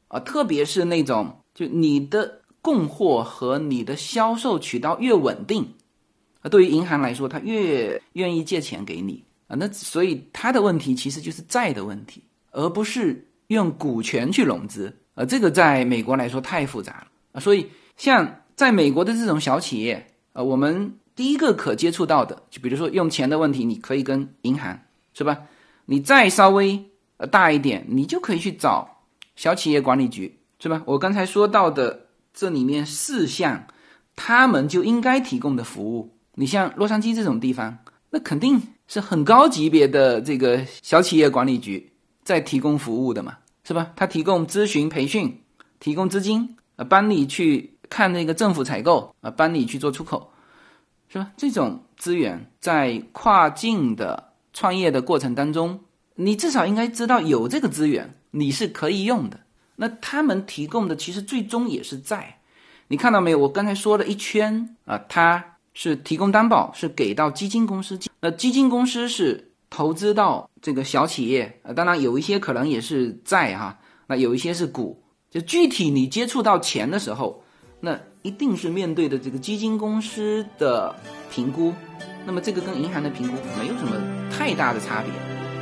特别是那种就你的供货和你的销售渠道越稳定，对于银行来说，他越愿意借钱给你那所以他的问题其实就是债的问题，而不是用股权去融资这个在美国来说太复杂了所以像在美国的这种小企业我们第一个可接触到的，就比如说用钱的问题，你可以跟银行，是吧？你再稍微大一点，你就可以去找小企业管理局，是吧？我刚才说到的这里面4项，他们就应该提供的服务，你像洛杉矶这种地方，那肯定是很高级别的这个小企业管理局在提供服务的嘛，是吧？他提供咨询培训，提供资金帮你去看那个政府采购帮你去做出口，是吧？这种资源在跨境的创业的过程当中，你至少应该知道有这个资源你是可以用的。那他们提供的其实最终也是债，你看到没有？我刚才说了一圈它是提供担保，是给到基金公司，那基金公司是投资到这个小企业当然有一些可能也是债那有一些是股，就具体你接触到钱的时候，那一定是面对的这个基金公司的评估，那么这个跟银行的评估没有什么太大的差别。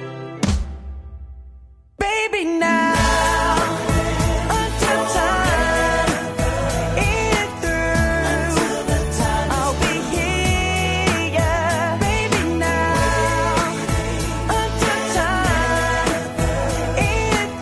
Baby now until time is through I'll be here yeah baby now until time is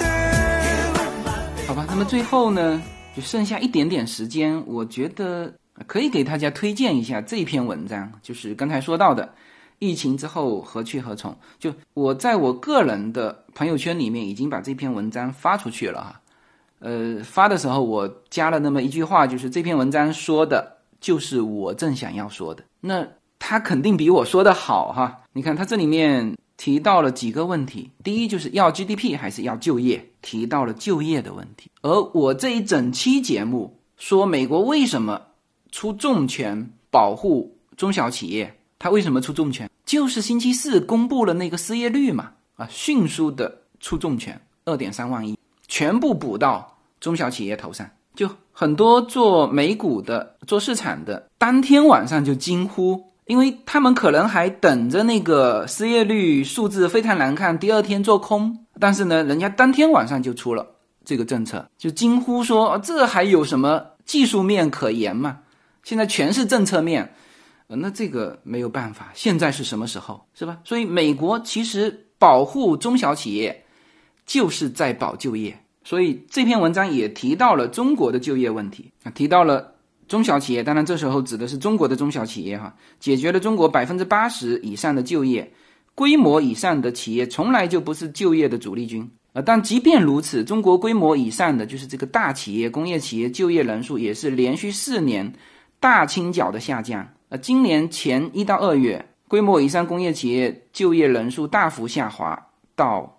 through 好吧，那么最后呢就剩下一点点时间，我觉得可以给大家推荐一下这篇文章，就是刚才说到的疫情之后何去何从。就我在我个人的朋友圈里面已经把这篇文章发出去了发的时候我加了那么一句话，就是这篇文章说的就是我正想要说的，那他肯定比我说的好你看他这里面提到了几个问题，第一就是要 GDP 还是要就业，提到了就业的问题。而我这一整期节目说美国为什么出重拳保护中小企业，他为什么出重拳，就是星期四公布了那个失业率嘛迅速的出重拳 2.3 万亿，全部补到中小企业头上。就很多做美股的做市场的当天晚上就惊呼，因为他们可能还等着那个失业率数字非常难看，第二天做空，但是呢人家当天晚上就出了这个政策，就惊呼说这还有什么技术面可言吗？现在全是政策面那这个没有办法，现在是什么时候，是吧？所以美国其实保护中小企业就是在保就业，所以这篇文章也提到了中国的就业问题提到了中小企业，当然这时候指的是中国的中小企业解决了中国 80% 以上的就业，规模以上的企业从来就不是就业的主力军但即便如此，中国规模以上的就是这个大企业工业企业就业人数也是连续4年大倾角的下降今年前1到2月规模以上工业企业就业人数大幅下滑到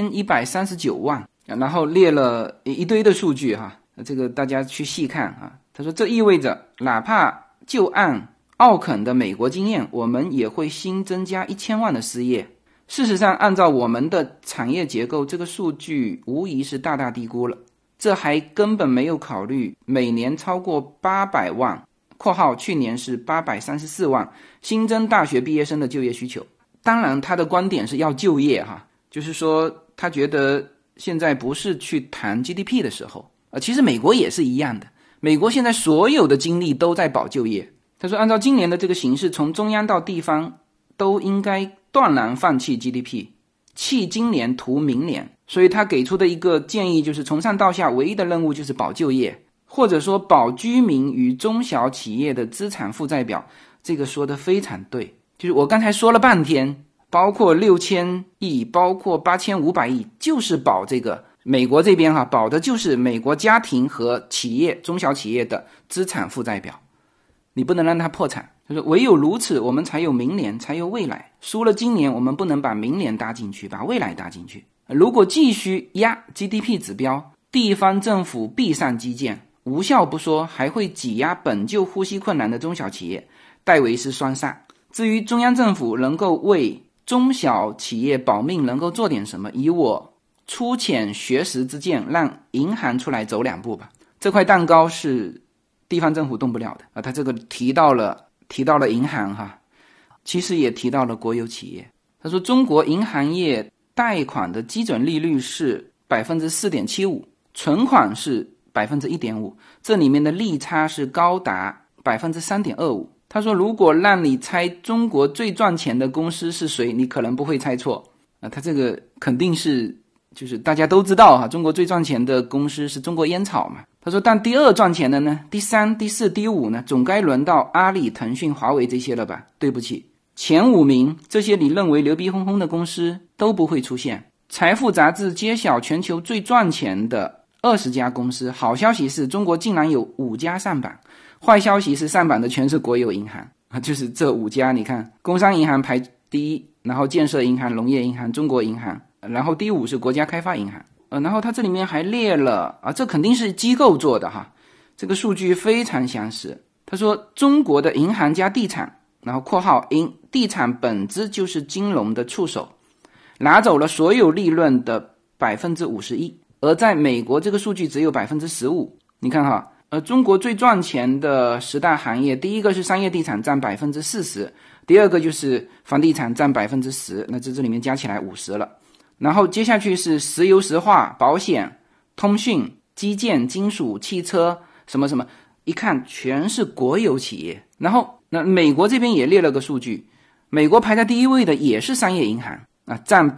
1139万然后列了一堆的数据这个大家去细看他说这意味着哪怕就按奥肯的美国经验，我们也会新增加1000万的失业。事实上按照我们的产业结构，这个数据无疑是大大低估了，这还根本没有考虑每年超过800万括号去年是834万新增大学毕业生的就业需求。当然他的观点是要就业就是说他觉得现在不是去谈 GDP 的时候其实美国也是一样的，美国现在所有的精力都在保就业。他说按照今年的这个形势，从中央到地方都应该断然放弃 GDP， 弃今年图明年。所以他给出的一个建议就是从上到下唯一的任务就是保就业，或者说保居民与中小企业的资产负债表。这个说得非常对，就是我刚才说了半天，包括6000亿包括8500亿就是保这个美国这边保的就是美国家庭和企业中小企业的资产负债表，你不能让它破产。就是唯有如此我们才有明年才有未来，输了今年我们不能把明年搭进去，把未来搭进去。如果继续压 GDP 指标，地方政府必上基建，无效不说还会挤压本就呼吸困难的中小企业，戴维斯双杀。至于中央政府能够为中小企业保命能够做点什么，以我粗浅学识之见，让银行出来走两步吧。这块蛋糕是地方政府动不了的啊。他这个提到了银行哈，其实也提到了国有企业。他说中国银行业贷款的基准利率是 4.75%， 存款是 1.5%， 这里面的利差是高达 3.25%。他说如果让你猜中国最赚钱的公司是谁，你可能不会猜错啊。他这个肯定是就是大家都知道哈，中国最赚钱的公司是中国烟草嘛。他说但第二赚钱的呢，第三、第四、第五呢，总该轮到阿里、腾讯、华为这些了吧。对不起，前5名这些你认为牛逼哄哄的公司都不会出现。财富杂志揭晓全球最赚钱的20家公司，好消息是中国竟然有5家上榜，坏消息是上榜的全是国有银行啊，就是这5家，你看工商银行排第一，然后建设银行、农业银行、中国银行，然后第5是国家开发银行。然后它这里面还列了这肯定是机构做的哈，这个数据非常详实。他说中国的银行加地产，然后括号地产本质就是金融的触手，拿走了所有利润的 51%， 而在美国这个数据只有 15%。 你看哈，中国最赚钱的10大行业，第一个是商业地产占 40%， 第二个就是房地产占 10%， 那这里面加起来50了。然后接下去是石油石化、保险、通讯、基建、金属、汽车什么什么，一看全是国有企业。然后那美国这边也列了个数据，美国排在第一位的也是商业银行啊，占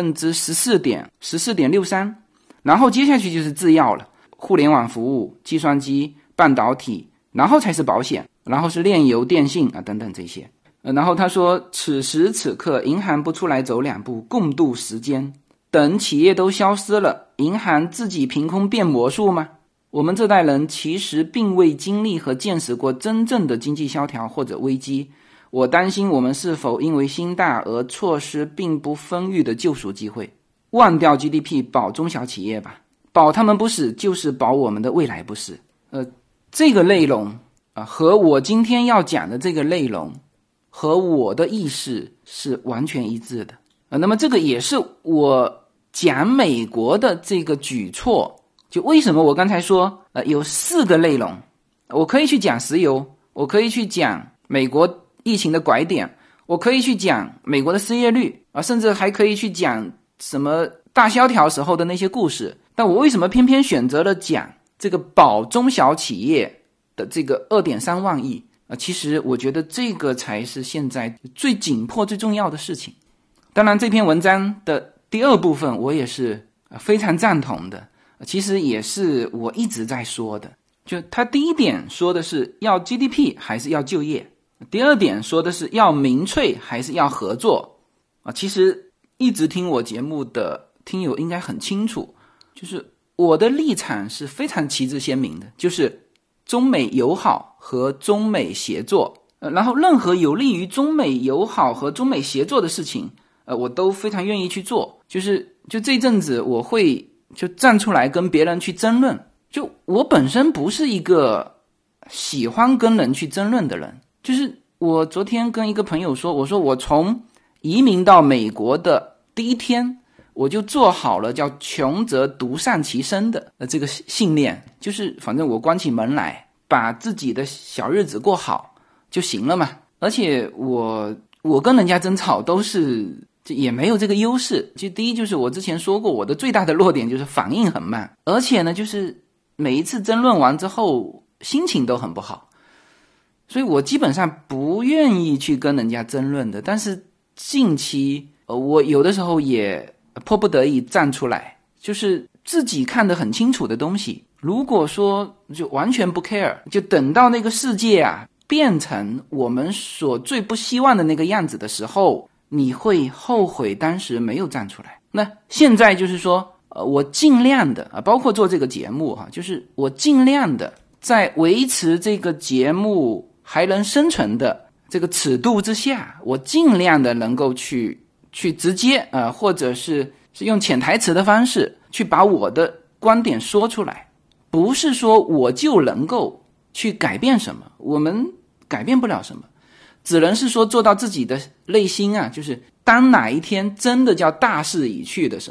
14.63%。 然后接下去就是制药了，互联网服务、计算机、半导体，然后才是保险，然后是炼油、电信啊等等这些。然后他说此时此刻银行不出来走两步共度时间，等企业都消失了，银行自己凭空变魔术吗？我们这代人其实并未经历和见识过真正的经济萧条或者危机，我担心我们是否因为心大而错失并不丰裕的救赎机会。忘掉 GDP 保中小企业吧，保他们不死就是保我们的未来不死。这个内容和我今天要讲的这个内容和我的意识是完全一致的。那么这个也是我讲美国的这个举措，就为什么我刚才说有4个内容，我可以去讲石油，我可以去讲美国疫情的拐点，我可以去讲美国的失业率甚至还可以去讲什么大萧条时候的那些故事，但我为什么偏偏选择了讲这个保中小企业的这个 2.3 万亿其实我觉得这个才是现在最紧迫最重要的事情。当然这篇文章的第2部分我也是非常赞同的，其实也是我一直在说的，就他第1点说的是要 GDP 还是要就业，第2点说的是要民粹还是要合作其实一直听我节目的听友应该很清楚，就是我的立场是非常旗帜鲜明的，就是中美友好和中美协作然后任何有利于中美友好和中美协作的事情我都非常愿意去做。就这阵子我会就站出来跟别人去争论，就我本身不是一个喜欢跟人去争论的人，就是我昨天跟一个朋友说，我说我从移民到美国的第1天我就做好了叫穷则独善其身的这个信念，就是反正我关起门来把自己的小日子过好就行了嘛。而且我跟人家争吵都是也没有这个优势，就第一就是我之前说过我的最大的弱点就是反应很慢，而且呢就是每一次争论完之后心情都很不好，所以我基本上不愿意去跟人家争论的。但是近期我有的时候也迫不得已站出来，就是自己看得很清楚的东西，如果说就完全不 care， 就等到那个世界变成我们所最不希望的那个样子的时候，你会后悔当时没有站出来。那现在就是说我尽量的包括做这个节目就是我尽量的在维持这个节目还能生存的这个尺度之下，我尽量的能够去直接或者是用潜台词的方式去把我的观点说出来，不是说我就能够去改变什么，我们改变不了什么，只能是说做到自己的内心就是当哪一天真的叫大势已去的时候，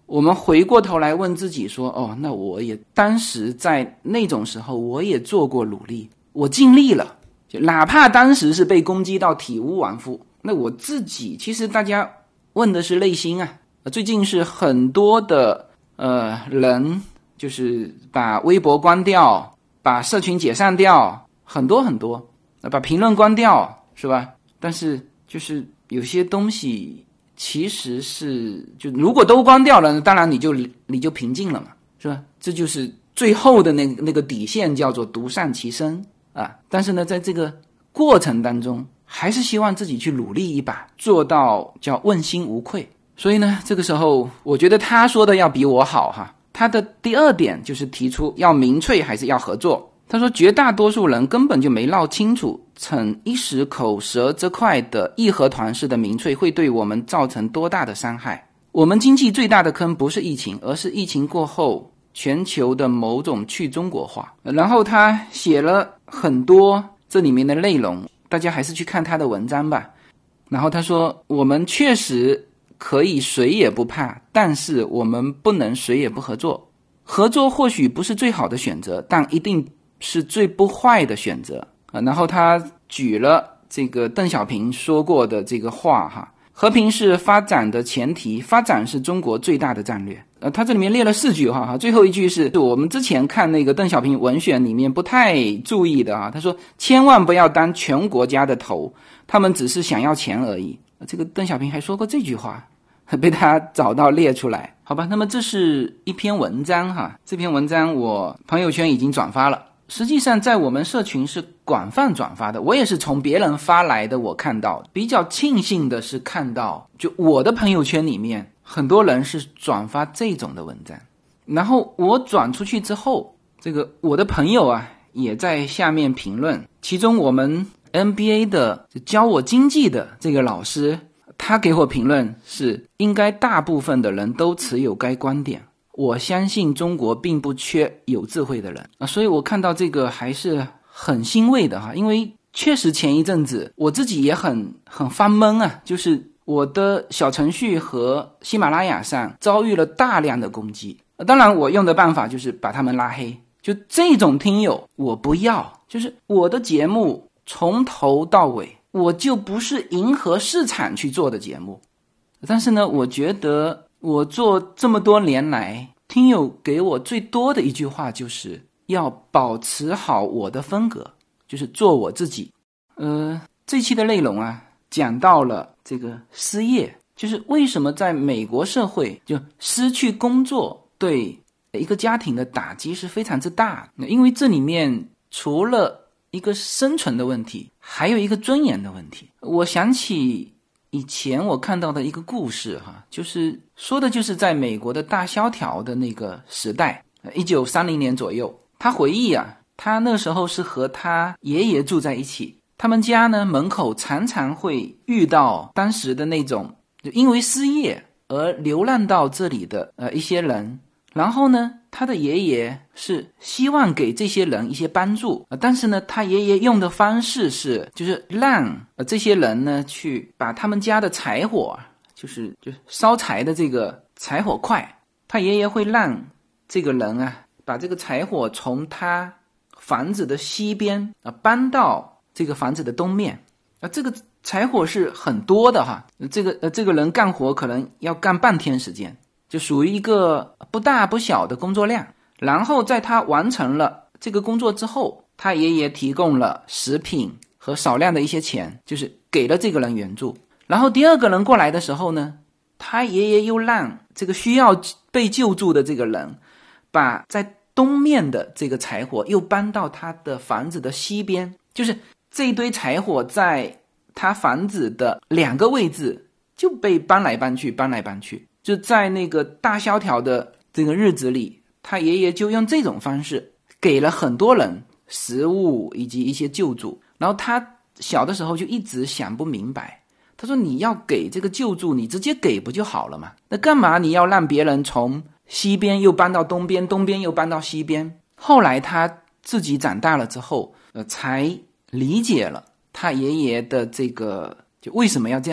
我们回过头来问自己说，哦，那我也当时在那种时候我也做过努力，我尽力了，就哪怕当时是被攻击到体无完肤，那我自己其实大家问的是内心啊。最近是很多的人就是把微博关掉，把社群解散掉，很多很多，把评论关掉，是吧？但是就是有些东西其实是就如果都关掉了，当然你就平静了嘛，是吧？这就是最后的那个底线，叫做独善其身啊。但是呢，在这个过程当中，还是希望自己去努力一把，做到叫问心无愧。所以呢，这个时候我觉得他说的要比我好哈。他的第二点就是提出要民粹还是要合作。他说绝大多数人根本就没闹清楚，逞一时口舌之快的义和团式的民粹会对我们造成多大的伤害。我们经济最大的坑不是疫情，而是疫情过后全球的某种去中国化。然后他写了很多这里面的内容，大家还是去看他的文章吧。然后他说我们确实可以谁也不怕，但是我们不能谁也不合作。合作或许不是最好的选择，但一定是最不坏的选择。然后他举了这个邓小平说过的这个话哈，和平是发展的前提，发展是中国最大的战略。他这里面列了4句话哈，最后一句是我们之前看那个邓小平文选里面不太注意的啊。他说千万不要当全国家的头，他们只是想要钱而已。这个邓小平还说过这句话，被他找到列出来，好吧？那么这是一篇文章哈，这篇文章我朋友圈已经转发了，实际上在我们社群是广泛转发的，我也是从别人发来的，我看到比较庆幸的是看到就我的朋友圈里面很多人是转发这种的文章，然后我转出去之后，这个我的朋友啊也在下面评论，其中我们 MBA 的教我经济的这个老师，他给我评论是应该大部分的人都持有该观点，我相信中国并不缺有智慧的人啊。所以我看到这个还是很欣慰的哈，因为确实前一阵子我自己也很发懵啊，就是我的小程序和喜马拉雅上遭遇了大量的攻击，当然我用的办法就是把他们拉黑，就这种听友我不要，就是我的节目从头到尾我就不是迎合市场去做的节目。但是呢，我觉得我做这么多年来，听友给我最多的一句话就是要保持好我的风格，就是做我自己。这期的内容啊，讲到了这个失业，就是为什么在美国社会就失去工作对一个家庭的打击是非常之大的，因为这里面除了一个生存的问题，还有一个尊严的问题。我想起以前我看到的一个故事哈，就是说的就是在美国的大萧条的那个时代，1930年左右，他回忆啊，他那时候是和他爷爷住在一起，他们家呢门口常常会遇到当时的那种就因为失业而流浪到这里的一些人，然后呢他的爷爷是希望给这些人一些帮助，但是呢他爷爷用的方式是就是让这些人呢去把他们家的柴火，就是烧柴的这个柴火块，他爷爷会让这个人啊把这个柴火从他房子的西边搬到这个房子的东面，这个柴火是很多的哈，这个人干活可能要干半天时间，就属于一个不大不小的工作量。然后在他完成了这个工作之后，他爷爷提供了食品和少量的一些钱，就是给了这个人援助。然后第二个人过来的时候呢，他爷爷又让这个需要被救助的这个人把在东面的这个柴火又搬到他的房子的西边，就是这一堆柴火在他房子的2个位置就被搬来搬去，就在那个大萧条的这个日子里，他爷爷就用这种方式给了很多人食物以及一些救助。然后他小的时候就一直想不明白，他说你要给这个救助你直接给不就好了嘛，那干嘛你要让别人从西边又搬到东边，东边又搬到西边。后来他自己长大了之后才理解了他爷爷的这个就为什么要这样做。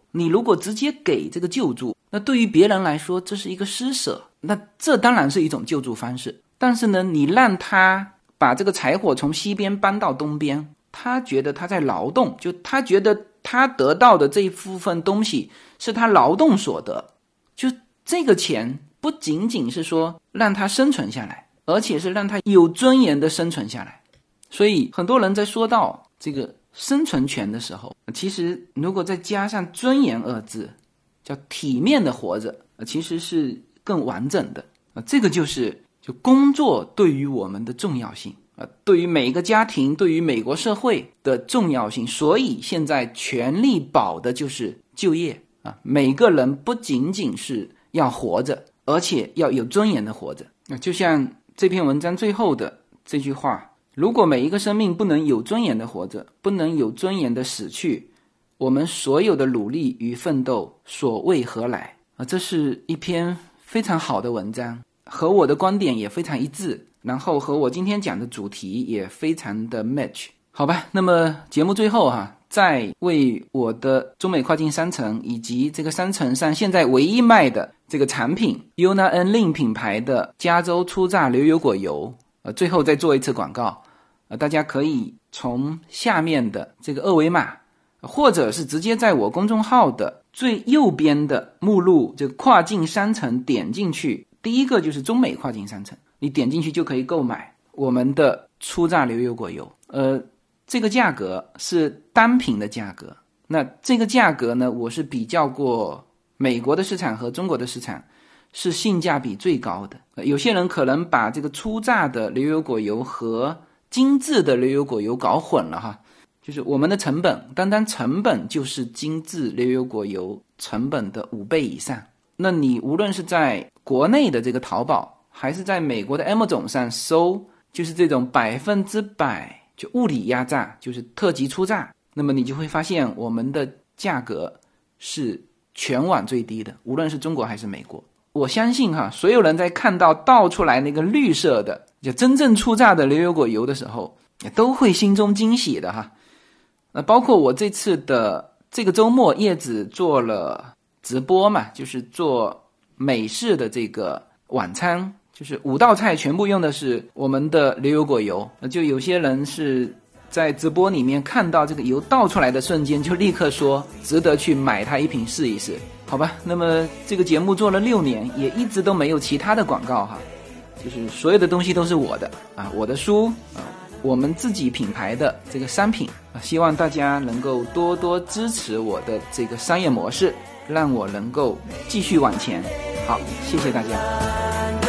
你如果直接给这个救助，那对于别人来说这是一个施舍，那这当然是一种救助方式。但是呢，你让他把这个柴火从西边搬到东边，他觉得他在劳动，就他觉得他得到的这一部分东西是他劳动所得，就这个钱不仅仅是说让他生存下来，而且是让他有尊严的生存下来。所以很多人在说到这个生存权的时候，其实如果再加上尊严二字，叫体面的活着，其实是更完整的。这个就工作对于我们的重要性，对于每一个家庭，对于美国社会的重要性。所以现在全力保的就是就业啊，每个人不仅仅是要活着，而且要有尊严的活着。就像这篇文章最后的这句话，如果每一个生命不能有尊严的活着，不能有尊严的死去，我们所有的努力与奋斗所为何来？这是一篇非常好的文章，和我的观点也非常一致，然后和我今天讲的主题也非常的 match。 好吧，那么节目最后再为我的中美跨境商城以及这个商城上现在唯一卖的这个产品 Yuna and Lin 品牌的加州初榨牛油果油最后再做一次广告。大家可以从下面的这个二维码，或者是直接在我公众号的最右边的目录这个跨境商城点进去，第一个就是中美跨境商城，你点进去就可以购买我们的初榨牛油果油。这个价格是单品的价格，那这个价格呢，我是比较过美国的市场和中国的市场，是性价比最高的。有些人可能把这个初榨的牛油果油和精致的牛油果油搞混了就是我们的成本，单单成本就是精致牛油果油成本的5倍以上。那你无论是在国内的这个淘宝，还是在美国的 Amazon 上搜，就是这种100%就物理压榨，就是特级初榨，那么你就会发现我们的价格是全网最低的，无论是中国还是美国。我相信所有人在看到倒出来那个绿色的就真正初榨的牛油果油的时候，也都会心中惊喜的包括我这次的这个周末叶子做了直播嘛，就是做美式的这个晚餐，就是5道菜全部用的是我们的牛油果油。就有些人是在直播里面看到这个油倒出来的瞬间，就立刻说值得去买它一瓶试一试。好吧，那么这个节目做了6年，也一直都没有其他的广告就是所有的东西都是我的我的书我们自己品牌的这个商品希望大家能够多多支持我的这个商业模式，让我能够继续往前。好，谢谢大家。